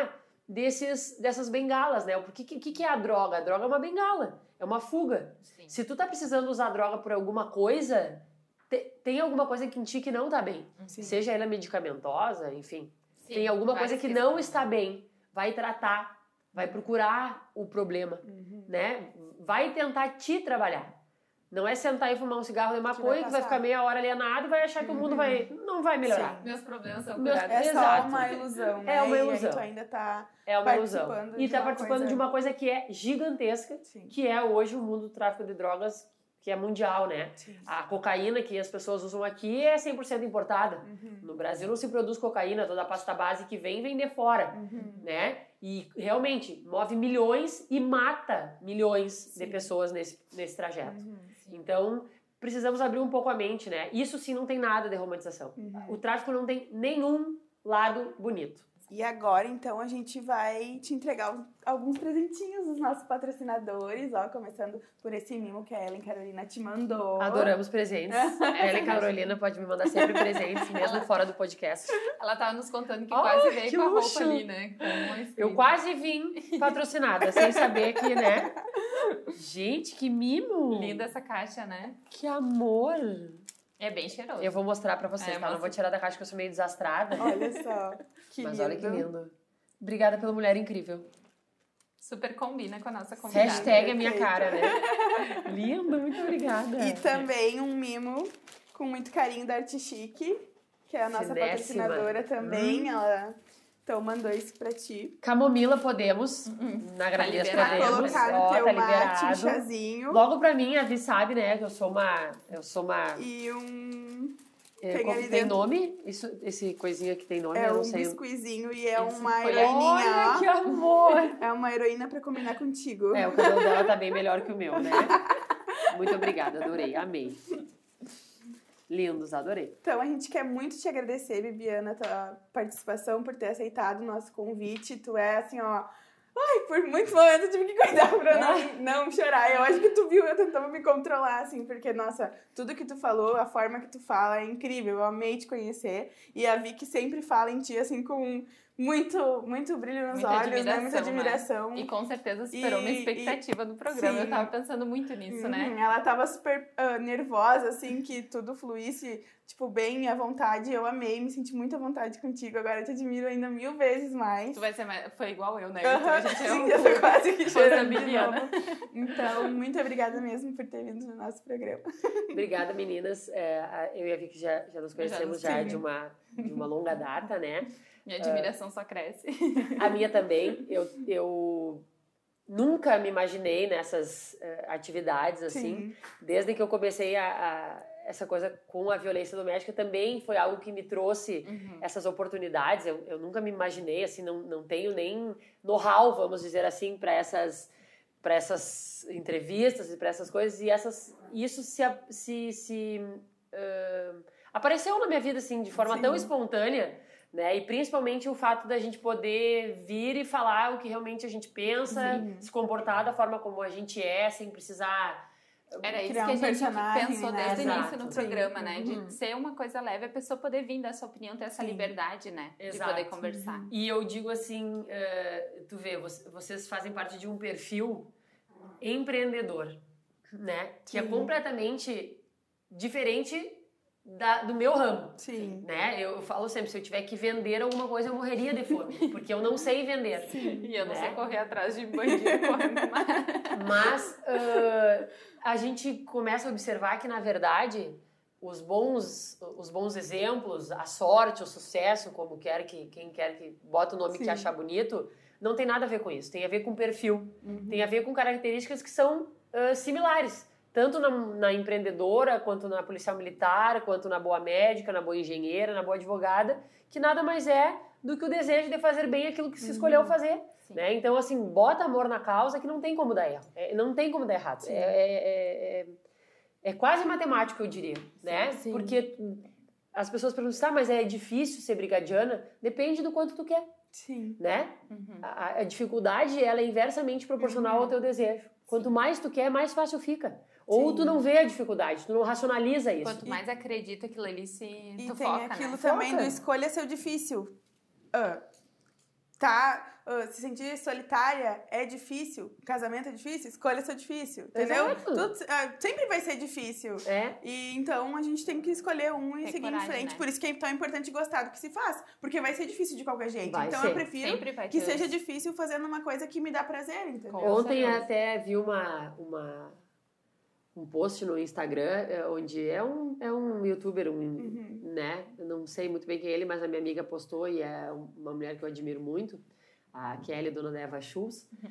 desses, dessas bengalas, né? Porque o que, que é a droga? A droga é uma bengala, é uma fuga. Sim. Se tu tá precisando usar droga por alguma coisa, te, tem alguma coisa em ti que não tá bem. Sim. Seja ela medicamentosa, enfim. Sim, tem alguma coisa que não está bem. Vai tratar, vai procurar o problema, uhum. né? Vai tentar te trabalhar. Não é sentar e fumar um cigarro de maconha que vai, que vai ficar meia hora alienado e vai achar que uhum. o mundo vai, não vai melhorar. Sim. Meus problemas são Meus, curados. É só uma ilusão, né? É uma ilusão. E aí tu ainda tá é uma ilusão. E tá uma participando coisa... de uma coisa que é gigantesca, Sim. que é hoje o mundo do tráfico de drogas, que é mundial, né? Sim. A cocaína que as pessoas usam aqui é cem por cento importada. Uhum. No Brasil não se produz cocaína, toda a pasta base que vem, vem de fora, uhum. né? E realmente move milhões e mata milhões Sim. de pessoas nesse, nesse trajeto. Uhum. Então, precisamos abrir um pouco a mente, né? Isso sim não tem nada de romantização. Uhum. O tráfico não tem nenhum lado bonito. E agora, então, a gente vai te entregar alguns presentinhos dos nossos patrocinadores, ó, começando por esse mimo que a Ellen Carolina te mandou. Adoramos presentes. A Ellen Carolina pode me mandar sempre presentes, mesmo fora do podcast. Ela tava nos contando que oh, quase veio que com a roupa ali, né? Eu quase vim patrocinada, sem saber que, né? Gente, que mimo! Linda essa caixa, né? Que amor! É bem cheiroso. Eu vou mostrar pra vocês, é, tá? Não vou tirar da caixa que eu sou meio desastrada. Olha só, que Mas lindo. olha que lindo. Obrigada pela mulher incrível. Super combina com a nossa convidada. Hashtag é minha cara, né? Lindo, muito obrigada. E também um mimo com muito carinho da Arte Chique, que é a nossa Finésima. patrocinadora também. Hum. Ela então mandou isso pra ti. Camomila podemos, uhum. na gravidez tá podemos. Colocar no Ó, teu tá mate, um liberado. chazinho. Logo pra mim, a Vi sabe, né, que eu sou uma... Eu sou uma... E um... É, tem como, tem nome? Isso, esse coisinha aqui tem nome? É eu não um sei. biscuizinho e é Isso uma foi... heroininha. Olha, que amor! É uma heroína pra combinar contigo. É, o cabelo dela tá bem melhor que o meu, né? Muito obrigada, adorei, amei. Lindos, adorei. Então, a gente quer muito te agradecer, Bibiana, tua participação, por ter aceitado o nosso convite. Tu é, assim, ó... Ai, por muitos momentos eu tive que cuidar pra não, não chorar. Eu acho que tu viu, eu tentava me controlar, assim, porque, nossa, tudo que tu falou, a forma que tu fala é incrível. Eu amei te conhecer. E a Vicky sempre fala em ti, assim, com muito, muito brilho nos muita olhos, né? Muita admiração. Né? E com certeza superou e, uma expectativa e, do programa. Sim. Eu tava pensando muito nisso, uhum. né? Ela tava super uh, nervosa, assim, que tudo fluísse, tipo, bem à vontade. Eu amei, me senti muito à vontade contigo. Agora eu te admiro ainda mil vezes mais. Tu vai ser mais... Foi igual eu, né? Uhum. Então a gente é um... Sim, eu tô quase que chorando de novo. Então, muito obrigada mesmo por ter vindo no nosso programa. Obrigada, meninas. É, eu e a Vicky já, já nos conhecemos já, já de, uma, de uma longa data, né? Minha admiração uh, só cresce. A minha também. Eu, eu nunca me imaginei nessas uh, atividades, assim. Sim. Desde que eu comecei a, a, essa coisa com a violência doméstica, também foi algo que me trouxe uhum. essas oportunidades. Eu, eu nunca me imaginei, assim, não, não tenho nem know-how, vamos dizer assim, para essas, para essas entrevistas e para essas coisas. E essas, isso se... se, se uh, apareceu na minha vida, assim, de forma Sim. tão espontânea, né? E principalmente o fato da gente poder vir e falar o que realmente a gente pensa, Sim. se comportar da forma como a gente é, sem precisar... Era isso que a um gente pensou né? desde o Exato. início no programa, Sim. né? De uhum. ser uma coisa leve, a pessoa poder vir dar sua opinião, ter essa Sim. liberdade, né? Exato. De poder conversar. Uhum. E eu digo assim, uh, tu vê, vocês fazem parte de um perfil empreendedor, né? Que Sim. é completamente diferente... Da, do meu ramo, Sim. né? Eu, eu falo sempre, se eu tiver que vender alguma coisa, eu morreria de fome, porque eu não sei vender. Sim. E eu não né? sei correr atrás de bandido correndo mais. Mas uh, a gente começa a observar que, na verdade, os bons, os bons exemplos, a sorte, o sucesso, como quer que, quem quer que bota o nome Sim. que achar bonito, não tem nada a ver com isso. Tem a ver com perfil, uhum. tem a ver com características que são uh, similares. Tanto na, na empreendedora, quanto na policial militar, quanto na boa médica, na boa engenheira, na boa advogada, que nada mais é do que o desejo de fazer bem aquilo que se escolheu fazer. Né? Então, assim, bota amor na causa que não tem como dar erro. É, não tem como dar errado. É, é, é, é quase matemático, eu diria. Sim, né? Sim. Porque as pessoas perguntam, tá, mas é difícil ser brigadiana? Depende do quanto tu quer. Sim. Né? Uhum. A, a dificuldade, ela é inversamente proporcional uhum. ao teu desejo. Quanto Sim. mais tu quer, mais fácil fica. Ou Sim. tu não vê a dificuldade, tu não racionaliza isso. Quanto mais acredita aquilo ali, se e tu tem foca, aquilo né? também Foca. do escolha seu difícil. Uh, tá, uh, se sentir solitária é difícil, casamento é difícil, escolha ser difícil, entendeu? Tudo, uh, sempre vai ser difícil. É. E então a gente tem que escolher um e Ter seguir coragem, em frente. né? Por isso que é tão importante gostar do que se faz, porque vai ser difícil de qualquer jeito. Vai então ser. eu prefiro Sempre vai que ter seja isso. difícil fazendo uma coisa que me dá prazer, entendeu? Com Ontem certeza. até vi uma, uma, um post no Instagram, é, onde é um, é um youtuber, um, Uhum. né? Eu não sei muito bem quem é ele, mas a minha amiga postou e é uma mulher que eu admiro muito, a Kelly, dona da Eva Shoes. Uhum.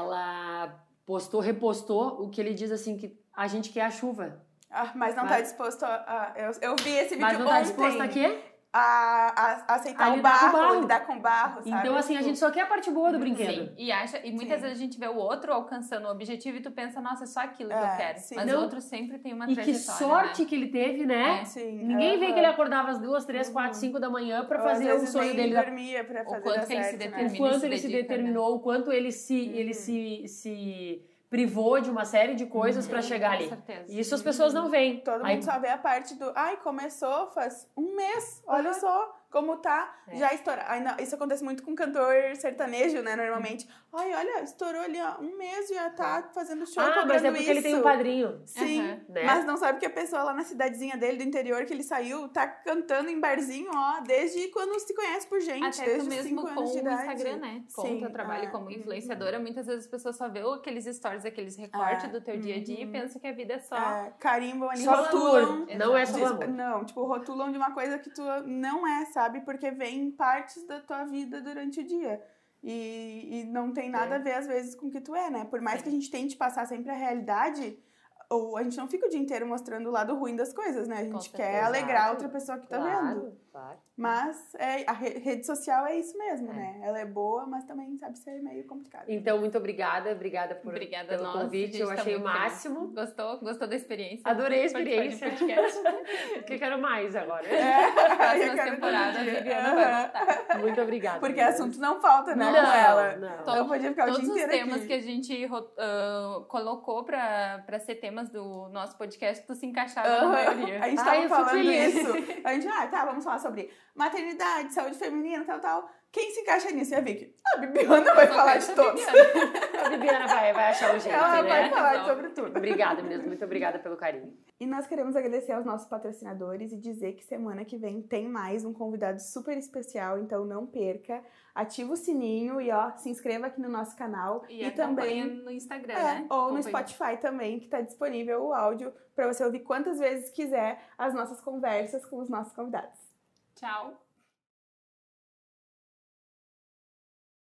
Ela postou, repostou o que ele diz assim, que a gente quer a chuva. Ah, mas não Mas- tá disposto a... a- eu, eu vi esse vídeo Mas não tá ontem. disposto a quê? A, a, a aceitar A o lidar com barro, barro. lidar com barro, sabe? Então, assim, a gente só quer a parte boa do brinquedo. Sim, e, acha, e muitas Sim. vezes a gente vê o outro alcançando o objetivo e tu pensa, nossa, é só aquilo que É, eu quero. sim. Mas Não. o outro sempre tem uma E que trajetória, sorte né? que ele teve, né? É. Sim, Ninguém vê aham. que ele acordava às duas, três, Uhum. quatro, cinco da manhã pra Ou às fazer o vezes sonho nem dele. da- dormia pra O fazer quanto dar que ele se certo, né? O determina. quanto se ele se dedica, determinou, o quanto ele se, Uhum. ele se, se privou de uma série de coisas pra chegar ali. Com certeza. E isso as pessoas não veem. Todo Aí- mundo só vê a parte do... Ai, começou faz um mês, olha Uhum. só como tá. É. Já estoura. Ainda, isso acontece muito com cantor sertanejo, né, normalmente. Ai, olha, estourou ali, ó, um mês e já tá fazendo show, ah, cobrando mas é porque ele tem um isso. padrinho. Sim, Aham. Né? mas não sabe que a pessoa lá na cidadezinha dele, do interior, que ele saiu, tá cantando em barzinho, ó, desde quando se conhece por gente, Até desde tu os mesmo cinco com anos o de idade. Instagram, né? Com Sim, o teu trabalho ah, como uhum. influenciadora, muitas vezes as pessoas só vê aqueles stories, aqueles recortes Ah, do teu dia a dia e uhum. pensam que a vida é só... É, carimbam ali, Só rotulam. glamour. Não é só Diz- glamour. Não, tipo, rotulam de uma coisa que tu não é, sabe? Porque vem partes da tua vida durante o dia. E, e não tem nada É. a ver, às vezes, com o que tu é, né? Por mais que a gente tente passar sempre a realidade, ou a gente não fica o dia inteiro mostrando o lado ruim das coisas, né? A Com gente quer certeza. alegrar a outra pessoa que tá vendo. Claro, claro. Mas é, a re- rede social é isso mesmo, É. né? Ela é boa, mas também sabe ser meio complicada. Então, muito obrigada. Obrigada por, Obrigada pelo a nós. convite. a gente Eu tá achei o muito feliz. máximo. Gostou? Gostou da experiência? Adorei a Participar de experiência. podcast. O que eu quero mais agora? É, Próxima eu quero temporada, a todo dia. Viviana vai Aham. voltar. Muito obrigada. Porque meninas. assunto não falta, né? Não, com ela. não. Eu podia ficar o Todos dia os inteiro temas aqui. que a gente ro- ah, colocou pra, pra ser temas do nosso podcast, tu se encaixava na Aham. maioria. A gente Ai, tava eu fico falando feliz. isso. A gente, ah, tá, vamos falar sobre maternidade, saúde feminina, tal, tal. Quem se encaixa nisso? E a Vicky? A Bibiana vai Só falar quero de saber, todos. Viviana. A Bibiana vai, vai achar o jeito, Ela né? vai falar Resolve. sobre tudo. Obrigada, meninas. Muito obrigada pelo carinho. E nós queremos agradecer aos nossos patrocinadores e dizer que semana que vem tem mais um convidado super especial, então não perca. Ativa o sininho e ó, se inscreva aqui no nosso canal. E, E, acompanha também no Instagram, É, né? ou no Acompanha. Spotify também, que tá disponível o áudio para você ouvir quantas vezes quiser as nossas conversas com os nossos convidados. Tchau.